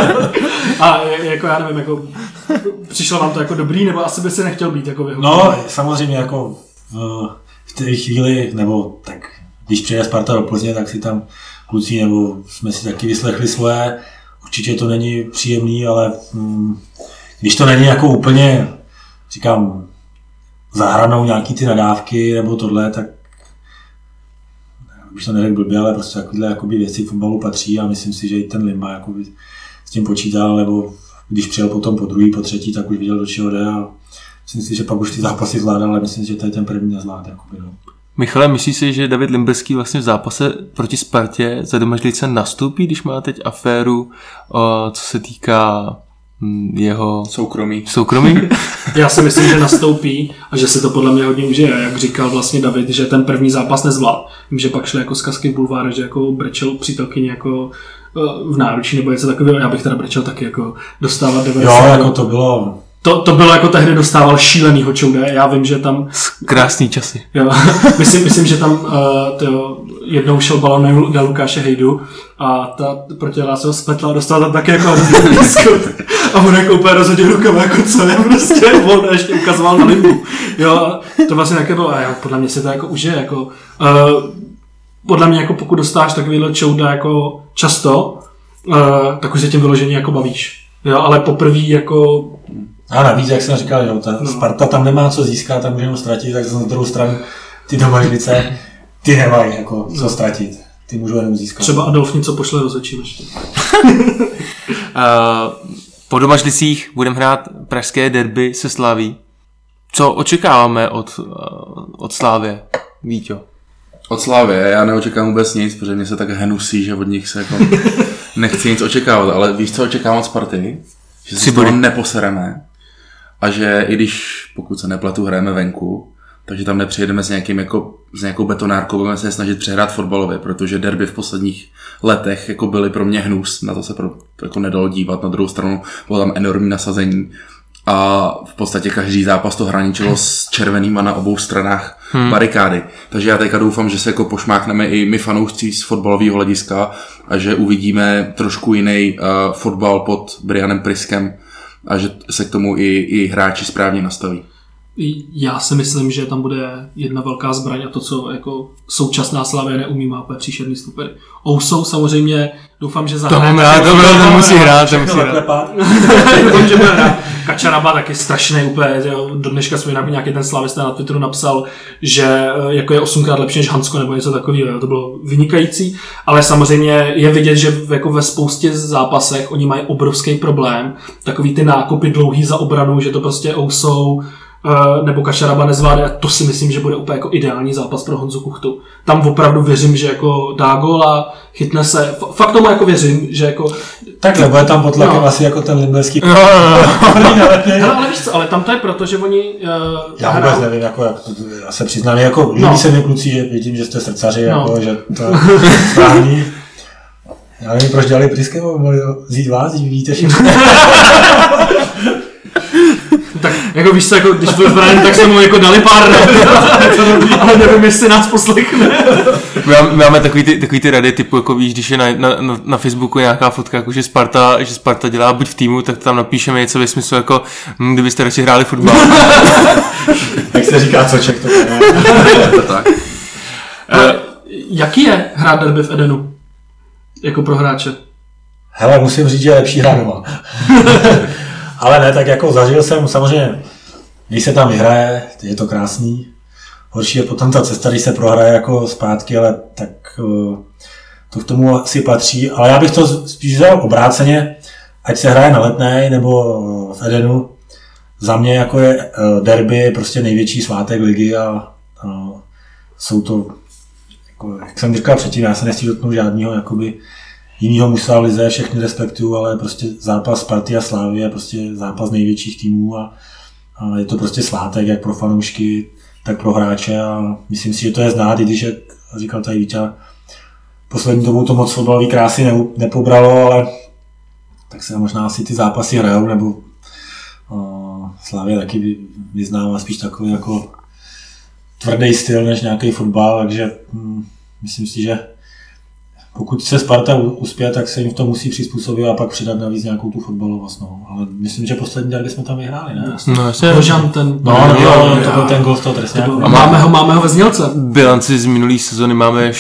A jako já nevím, jako přišlo vám to jako dobrý, nebo asi by si nechtěl být jako vyhodný? No, samozřejmě jako v té chvíli, nebo tak, když přijde Sparta do Plzně, tak si tam kluci, nebo jsme si taky vyslechli svoje. Určitě to není příjemný, ale když to není jako úplně, říkám, za hranou nějaký ty nadávky nebo tohle, tak už to neřekl blbě, ale prostě takovýhle jakoby věci v fotbalu patří a myslím si, že i ten Limba jakoby s tím počítal, nebo když přijel potom po druhý, po třetí, tak už viděl, do čeho jde a myslím si, že pak už ty zápasy zvládal, ale myslím si, že tady ten první nezvládl. No. Michale, myslíš si, že David Limberský vlastně v zápase proti Spartě za Domažlice nastoupí, když má teď aféru, co se týká jeho soukromí? Já si myslím, že nastoupí a že se to podle mě hodně užije. Jak říkal vlastně David, že ten první zápas nezvládl. Vím, že pak šli jako zkazky v bulváru, že jako brečel přítelkyni jako v náručí nebo něco takového. Já bych teda brečel taky jako dostávat 90. Jo, jako to bylo... To bylo jako tehdy dostával šílenýho Čouda. Já vím, že tam... Krásný časy. Jo, myslím, že tam jednou šel balon na Lukáše Hejdu a ta protihrá se ho spletla a dostala tam taky jako a on jako úplně rozhodil rukama, jako co je prostě, on ještě ukazoval na Limbu. Jo, to vlastně také bylo a podle mě se to jako užije, jako podle mě jako pokud dostáš takovýhle Čouda jako často, tak už se tím vyloženě jako bavíš. Jo, ale poprvé jako... A navíc, jak jsem říkal, že ta Sparta tam nemá co získat, tam může jenom ztratit, tak na druhou stranu ty Domažlice, ty nemají jako co ztratit, ty můžou jenom získat. Třeba Adolf něco pošle rozhodčím ještě. Po Domažlicích budeme hrát pražské derby se Slaví. Co očekáváme od Slávie, Víťo? Od Slávie já neočekávám vůbec nic, protože mě se tak hnusí, že od nich se jako nechci nic očekávat, ale víš, co očekávám od Sparty? Že se z toho neposereme a že i když, pokud se nepletu, hrajeme venku, takže tam nepřijedeme s nějakou betonárkou, budeme se snažit přehrát fotbalově, protože derby v posledních letech jako byly pro mě hnus, na to se jako nedalo dívat, na druhou stranu bylo tam enormní nasazení a v podstatě každý zápas to hraničilo s červenýma na obou stranách barikády. Takže já teďka doufám, že se jako pošmákneme i my fanoušci z fotbalového hlediska a že uvidíme trošku jiný fotbal pod Brianem Priskem a že se k tomu i hráči správně nastaví. Já si myslím, že tam bude jedna velká zbraň a to, co jako současná Slavie neumí, má úplně příšerný stupery. Ousou samozřejmě, doufám, že zahraje. To musí hrát. Kačaraba taky strašný úplně, do dneška jsme nějaký ten slavista na Twitteru napsal, že jako je 8krát lepší než Hansko nebo něco takového, to bylo vynikající, ale samozřejmě je vidět, že jako ve spoustě zápasech oni mají obrovský problém, takový ty nákupy dlouhý za obranu, že to prostě Ousou nebo Kačaraba nezvládne a to si myslím, že bude úplně jako ideální zápas pro Honzu Kuchtu. Tam opravdu věřím, že jako dá góla, chytne se, fakt tomu jako věřím, že jako... Takhle, bude tam pod tlakem asi jako ten limberský... ale víš co, ale tam to je proto, že oni... já vůbec nevím, jako, já se přiznám, jako líbí se mi kluci, že vidím, že jste srdcaři, jako, že to je správný. Já nevím, proč dělali Pryskevo, mohli vzít vás, když vidíte všechno. Tak jako víš co, jako, když byl Brian, tak jsme mu jako dali pár rad, ale nevím, jestli nás poslechne. My máme takový ty rady, typu jako víš, když je na Facebooku nějaká fotka, jako že Sparta dělá buď v týmu, tak tam napíšeme něco ve smyslu jako, kdybyste radši hráli fotbal. Jak se říká coček, to je. To tak. Jaký je hrát derby v Edenu? Jako pro hráče? Hele, musím říct, že je lepší hra doma. Ale ne, tak jako zažil jsem, samozřejmě, když se tam vyhraje, je to krásný. Horší je potom ta cesta, když se prohraje jako zpátky, ale tak to k tomu asi patří. Ale já bych to spíš vzal obráceně, ať se hraje na Letnej nebo v Edenu. Za mě jako je derby prostě největší svátek ligy a jsou to, jako, jak jsem říkal předtím, já se nechci dotknout žádného jakoby jinýho mužstva v lize, všechny respektuju, ale prostě zápas Sparty a Slávy je prostě zápas největších týmů a je to prostě svátek jak pro fanoušky, tak pro hráče a myslím si, že to je znát, i když, jak říkal tady Víťa, poslední dobou to moc fotbalové krásy nepobralo, ale tak se možná asi ty zápasy hrajou, nebo Slavia taky vyznává spíš takový jako tvrdý styl než nějaký fotbal, takže myslím si, že pokud se Sparta uspěje, tak se jim v tom musí přizpůsobit a pak přidat navíc nějakou tu fotbalovost. No. Ale myslím, že poslední derby jsme tam vyhráli, ne? No, jasně. Rožan ten... to byl ten gol z toho trestňáku. A máme ho ve Znělce. Bilanci z minulý sezony máme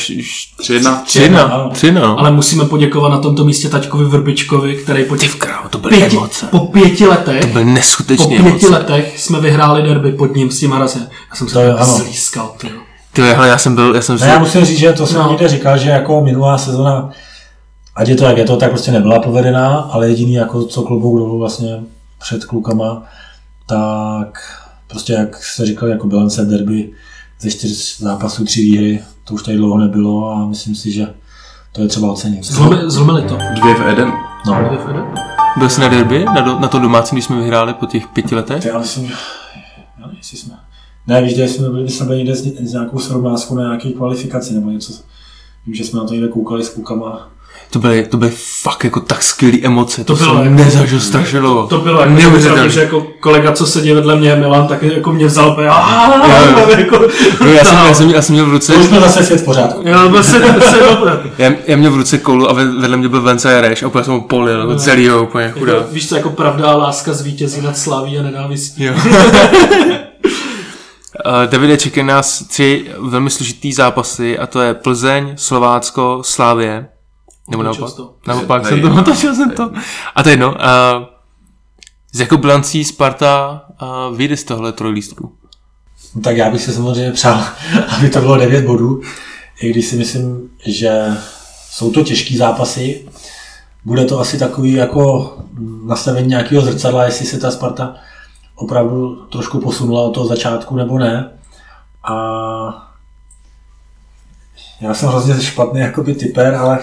3-1. Ale musíme poděkovat na tomto místě taťkovi Vrbičkovi, který to byly emoce. Po 5 letech... To byly neskutečné emoce. emoce. Po 5 letech jsme vyhráli derby pod ním s tím Harazem. Já jsem se zlískal, tyjo. Hele, já musím říct, že to jsem někde říkal, že jako minulá sezona, ať je to jak je to, tak prostě nebyla povedená, ale jediný jako co klobouk dolů vlastně před klukama, tak prostě jak se říkal, jako bilance derby ze 4 zápasů 3 výhry, to už tady dlouho nebylo a myslím si, že to je třeba ocenit. Zlomili to. 2 v Eden. No. Byl jsi na derby, na to domácí, když jsme vyhráli po těch 5 letech? Já myslím, jestli jsme... Ne, víš, jsme byli někde s nějakou srovnázkou na nějaké kvalifikaci nebo něco. Vím, že jsme na to někde koukali s klukama. To byly fakt jako tak skvělý emoce. To bylo jsem nezažil strašně dlouho. To bylo jako neuvěřitelné, že jako kolega, co sedí vedle mě, Milan, tak jako mě vzal úplně já jsem měl v ruce... To už byl zase svět v pořádku. Já měl v ruce koulu a vedle mě byl Venca Jareš a úplně jsem ho polil, celýho úplně chudá. Jako, víš co, jako pravda a láska zvítězí nad slaví a nenávistí. Davide, čekají nás 3 velmi složitý zápasy a to je Plzeň, Slovácko, Slavie. Nebo naopak jsem to. A to je jedno. Z jakou bilancí Sparta vyjde z tohle trojlístku? No, tak já bych se samozřejmě přál, aby to bylo 9 bodů, i když si myslím, že jsou to těžký zápasy. Bude to asi takový jako nastavení nějakého zrcadla, jestli se ta Sparta opravdu trošku posunula od toho začátku nebo ne. A já jsem hrozně špatný jakoby typer, ale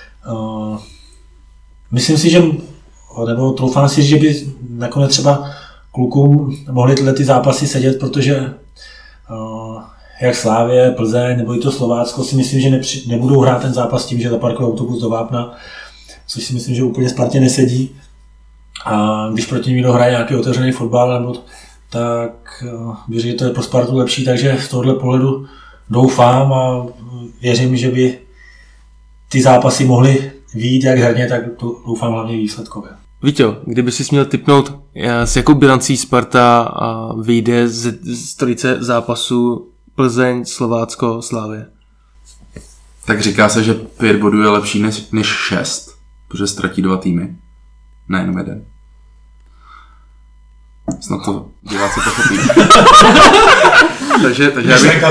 myslím si, že nebo troufám si, že by nakonec třeba klukům mohli tyhle ty zápasy sedět, protože jak Slávie, Plzeň nebo i to Slovácko si myslím, že nebudou hrát ten zápas tím, že zaparkují autobus do Vápna, což si myslím, že úplně Spartě nesedí. A když proti ní dohraje nějaký otevřený fotbal, nebo tak věřím, že to je pro Spartu lepší, takže z tohohle pohledu doufám a věřím, že by ty zápasy mohly vyjít jak herně, tak doufám hlavně výsledkově. Víťo, kdyby si měl tipnout, s jakou bilancí Sparta vyjde z trojice zápasu Plzeň, Slovácko, Slavie? Tak říká se, že 5 bodů je lepší než 6, protože ztratí 2 týmy. Ne, jenom 1. Snad to diváci pochopí. takže já bych...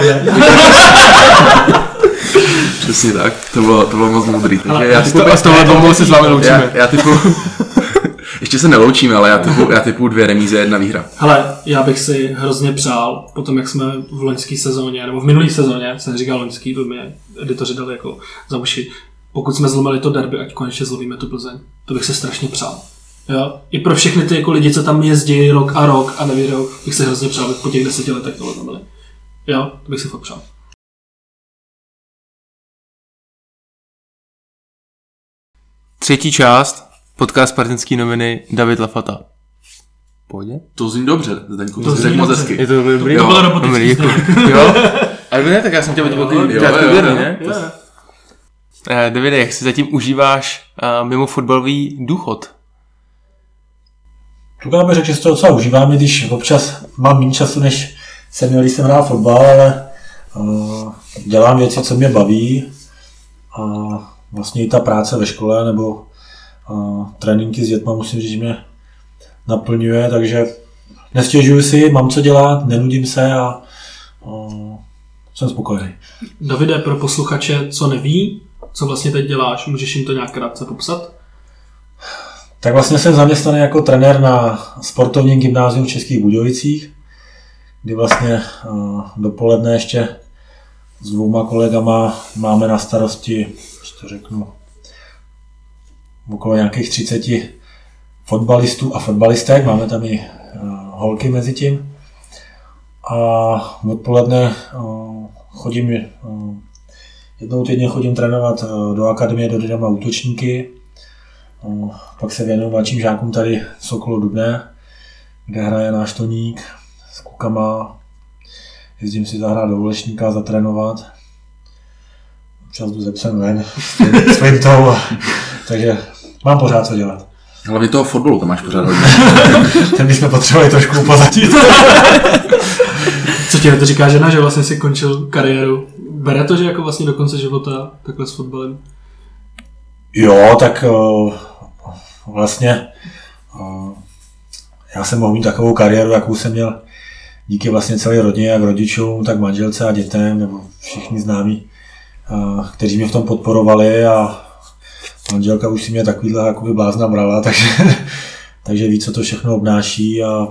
Přesně tak, to bylo moc moudrý. Takže já typu... A s tohle domů se s vámi loučíme. Já typu... Ještě se neloučíme, ale já typu 2 remízy, 1 výhra. Hele, já bych si hrozně přál, potom jak jsme v loňské sezóně, nebo v minulé sezóně, jsem říkal loňský, to mě editoři dali jako za uši, pokud jsme zlomili to derby, ať konečně zlomíme tu Plzeň. To bych se strašně přál. Jo? I pro všechny ty jako lidi, co tam jezdí rok a nevědou, bych se hrozně přál, po těch 10 letech tohle zlomili. Jo, to bych si fakt přál. Třetí část, podcast Spartanský noviny, David Lafata. Pojď? To zní dobře, Zdeňku, To to zní zní moc dobře. hezky. Je to dobrý? To bylo robotický. Jo? Ale ne, tak já jsem tě Jo, ne? Jo. Davide, jak si zatím užíváš mimo fotbalový důchod? Tak já bych řekl, že si to docela užívám, i když občas mám méně času, než jsem měl, když jsem hrál fotbal, ale dělám věci, co mě baví. A vlastně i ta práce ve škole nebo tréninky s dětma musím říct, že mě naplňuje, takže nestěžuju si, mám co dělat, nenudím se a jsem spokojený. Davide, pro posluchače, co neví, co vlastně teď děláš, můžeš jim to nějak krátce popsat? Tak vlastně jsem zaměstnaný jako trenér na sportovním gymnáziu v Českých Budějovicích, kdy vlastně dopoledne ještě s 2 kolegama máme na starosti, to řeknu, okolo nějakých 30 fotbalistů a fotbalistek, máme tam i holky mezi tím. A odpoledne jednou týdně chodím trénovat do akademie do Dynama útočníky. Pak se věnuju mladším žákům tady v Sokolu Dubné, kde hraje náš Toník s klukama. Jezdím si zahrát do Olešníka, zatrénovat. Občas jdu ze psem ven s Flintou, takže mám pořád co dělat. Hlavně toho fotbalu tam máš pořád hodně. Ten bychom potřebovali trošku upozadit. Co ti na to říká žena, že vlastně si končil kariéru? Bere to, že jako vlastně do konce života takhle s fotbalem? Jo, tak vlastně já jsem mohl mít takovou kariéru, jakou jsem měl díky vlastně celé rodině, jak rodičům, tak manželce a dětem, nebo všichni známí, kteří mě v tom podporovali a manželka už si mě takovýhle jakoby blázna brala, takže ví, co to všechno obnáší a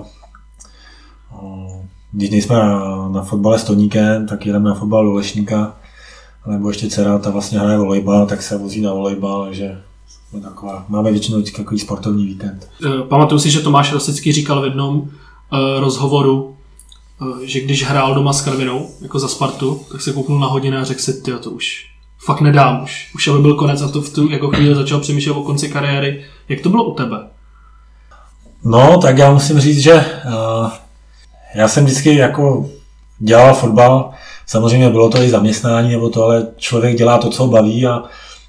když nejsme na fotbale s Toníkem, tak jedeme na fotbal do Lešníka, nebo ještě dcera, ta vlastně hraje volejbal, tak se vozí na volejbal, takže máme většinou vždycky takový sportovní víkend. Pamatuju si, že Tomáš Rosický říkal v jednom rozhovoru, že když hrál doma s Karvinou, jako za Spartu, tak se kouknul na hodiny a řekl si, tyjo, to už fakt nedám, už aby byl konec a to v tu jako chvíli začal přemýšlet o konci kariéry. Jak to bylo u tebe? No, tak já musím říct, že já jsem vždycky jako dělal fotbal, samozřejmě bylo to i zaměstnání nebo to, ale člověk dělá to, co ho baví a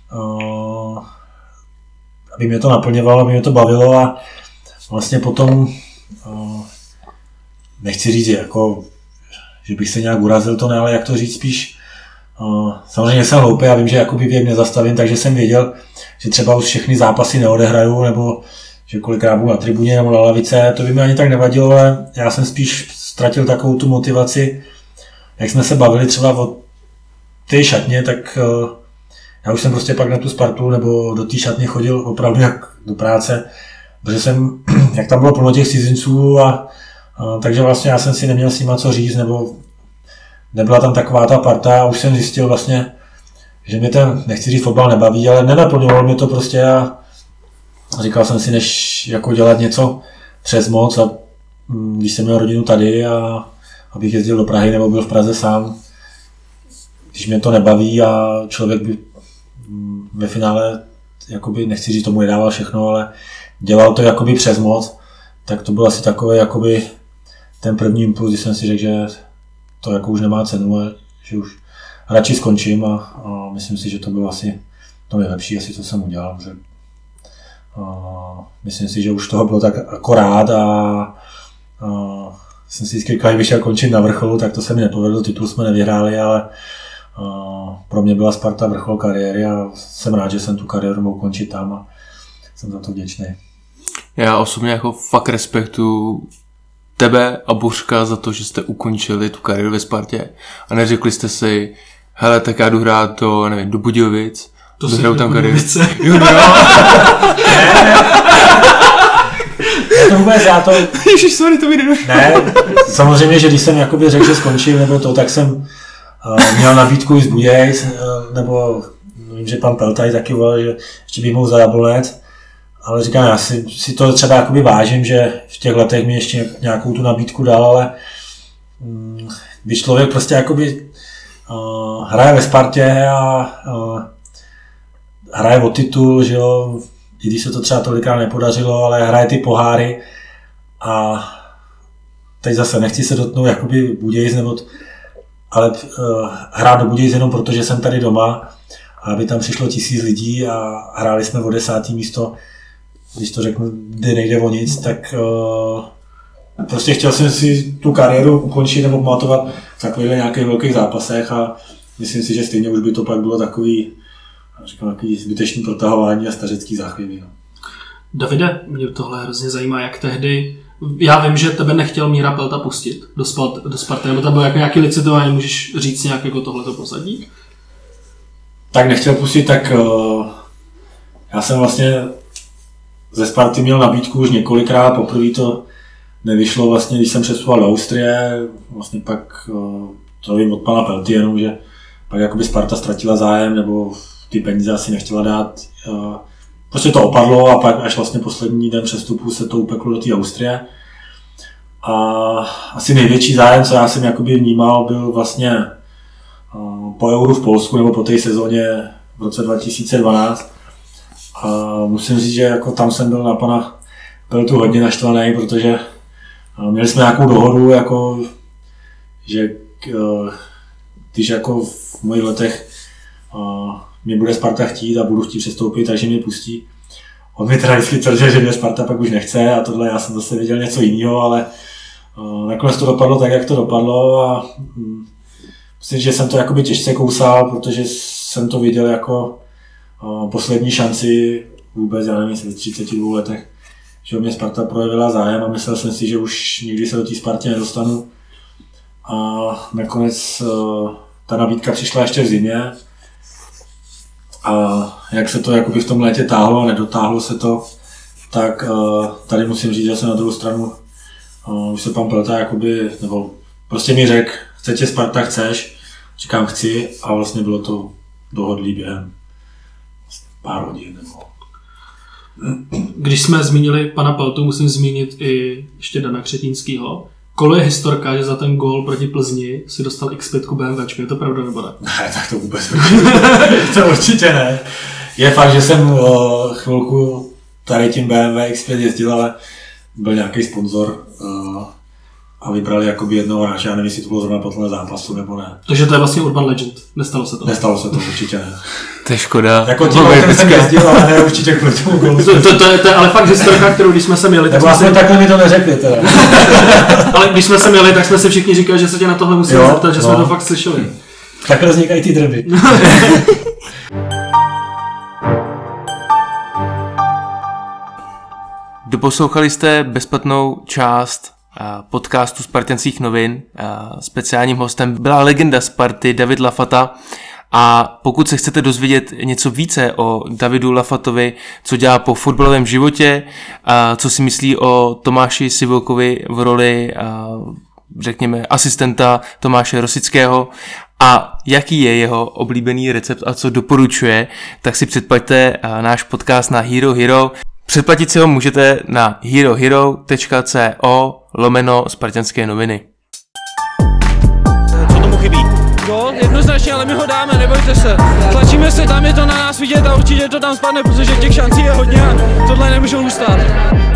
aby mě to naplňovalo, aby mě to bavilo a vlastně potom nechci říct, jako, že bych se nějak urazil, to ne, ale jak to říct spíš, samozřejmě jsem hloupý a vím, že jakoby věk nezastavím, takže jsem věděl, že třeba už všechny zápasy neodehraju, nebo že kolikrát budu na tribuně nebo na lavice, to by mi ani tak nevadilo, ale já jsem spíš ztratil takovou tu motivaci, jak jsme se bavili třeba o té šatně, tak já už jsem prostě pak na tu Spartu nebo do té šatny chodil opravdu jak do práce, protože jsem, jak tam bylo plno těch cizinců takže vlastně já jsem si neměl s nima co říct, nebo nebyla tam taková ta parta a už jsem zjistil vlastně, že mě ten, nechci říct fotbal nebaví, ale nenaplňovalo mě to prostě a říkal jsem si, než jako dělat něco přes moc a když jsem měl rodinu tady a abych jezdil do Prahy nebo byl v Praze sám, když mě to nebaví a člověk by ve finále, jakoby, nechci říct, tomu nedával všechno, ale dělal to jakoby přes moc, tak to byl asi takový jakoby ten první impuls, kdy jsem si řekl, že to jako už nemá cenu a že už radši skončím a myslím si, že to bylo asi to nejlepší, asi co jsem udělal. Že, myslím si, že už toho bylo tak akorát a jsem si vždycky říkal, že bych šel končit na vrcholu, tak to se mi nepovedlo, titul jsme nevyhráli, ale pro mě byla Sparta vrchol kariéry a jsem rád, že jsem tu kariéru mohl končit tam a jsem za to vděčný. Já osobně jako fakt respektuju tebe a Bořka za to, že jste ukončili tu kariéru ve Spartě a neřekli jste si, hele, tak já jdu hrát do Budějovic, to si tam kariéru. Jo. To vůbec, Ježiš, sorry, to mi jde. Ne, samozřejmě, že když jsem jakoby řekl, že skončím, nebo to, tak jsem měl nabídku z Budějc, nebo vím, že pan Peltaj taky volal, že ještě bych mohl za Jablonec, ale říkám, já si to třeba jakoby vážím, že v těch letech mi ještě nějakou tu nabídku dal, ale když člověk prostě jakoby hraje ve Spartě a hraje o titul, že jo, i když se to třeba tolikrát nepodařilo, ale hraje ty poháry a teď zase nechci se dotknout jakoby Budějc, ale hrát do Budějc jenom proto, že jsem tady doma, aby tam přišlo 1000 lidí a hráli jsme o 10. místo, když to řeknu, kde nejde o nic, tak prostě chtěl jsem si tu kariéru ukončit nebo pamatovat v takových nějakých velkých zápasech a myslím si, že stejně už by to pak bylo takový zbytečný protahování a stařecký záchvěvy. No. Davide, mě tohle hrozně zajímá, jak tehdy, já vím, že tebe nechtěl Míra Pelta pustit do Sparty, nebo tam bylo jako nějaký licitování, můžeš říct nějak jako tohleto pozadí? Tak nechtěl pustit, tak já jsem vlastně ze Sparty měl nabídku už několikrát, poprvé to nevyšlo vlastně, když jsem přestupoval do Austrie, vlastně pak to vím od pana Pelty jenom, že pak jakoby Sparta ztratila zájem, nebo ty peníze asi nechtěla dát. Prostě to opadlo a pak až vlastně poslední den přestupu se to upeklo do té Austrie. A asi největší zájem, co já jsem jakoby vnímal, byl vlastně po Euru v Polsku nebo po té sezóně v roce 2012. A musím říct, že jako tam jsem byl na pana Peltu hodně naštvaný, protože měli jsme nějakou dohodu, jako, že když jako v mojich letech mě bude Sparta chtít a budu chtít přestoupit, takže mě pustí. On mi teda vždycky tvrdil, že mě Sparta pak už nechce a tohle já jsem zase viděl něco jiného, ale nakonec to dopadlo tak, jak to dopadlo a myslím, že jsem to jakoby těžce kousal, protože jsem to viděl jako poslední šanci vůbec, já nevím, v 32 letech, že o mě Sparta projevila zájem a myslel jsem si, že už nikdy se do té Spartě nedostanu. A nakonec ta nabídka přišla ještě v zimě. A jak se to jakoby v tom létě táhlo a nedotáhlo se to, tak tady musím říct, že se na druhou stranu už se pan Pelta jakoby, nebo prostě mi řekl, chcete Sparta, chceš? Říkám chci a vlastně bylo to dohodlý během pár hodin. Nebo... Když jsme zmínili pana Peltu, musím zmínit i ještě Dana Křetínskýho. Kolo je historka, že za ten gól proti Plzni si dostal X5 BMWčku, je to pravda nebo ne? Ne, tak to vůbec to určitě ne. Je fakt, že jsem chvilku tady tím BMW X5 jezdil, ale byl nějaký sponzor a vybrali jakoby jednoho hráče, já nevím, jestli to bylo zrovna po tomhle zápasu nebo ne. Takže to je vlastně Urban Legend, nestalo se to? Nestalo se to, určitě ne. To je škoda. Jako tím autem jsem jezdil, ale ne určitě kvůli tomu gólu. To je ale fakt historka, kterou když jsme sem jeli, tak nebo jsme takhle mi to neřekli teda. Ale když jsme sem jeli, tak jsme si všichni říkali, že se tě na tohle musíme zeptat, že jsme to fakt slyšeli. Takhle vznikají ty drby. Doposlouchali jste bezplatnou část podcastu Spartanských novin. Speciálním hostem byla legenda Sparty David Lafata. A pokud se chcete dozvědět něco více o Davidu Lafatovi, co dělá po fotbalovém životě, co si myslí o Tomáši Sivolkovi v roli, řekněme, asistenta Tomáše Rosického a jaký je jeho oblíbený recept a co doporučuje, tak si předplaťte náš podcast na Hero Hero. Předplatit si ho můžete na herohero.co/Spartanské noviny. Co tomu chybí? Gól, jednoznačně, ale my ho dáme, nebojte se. Tlačíme se, tam je to na nás vidět a určitě to tam spadne, protože těch šancí je hodně a tohle nemůžou ustát.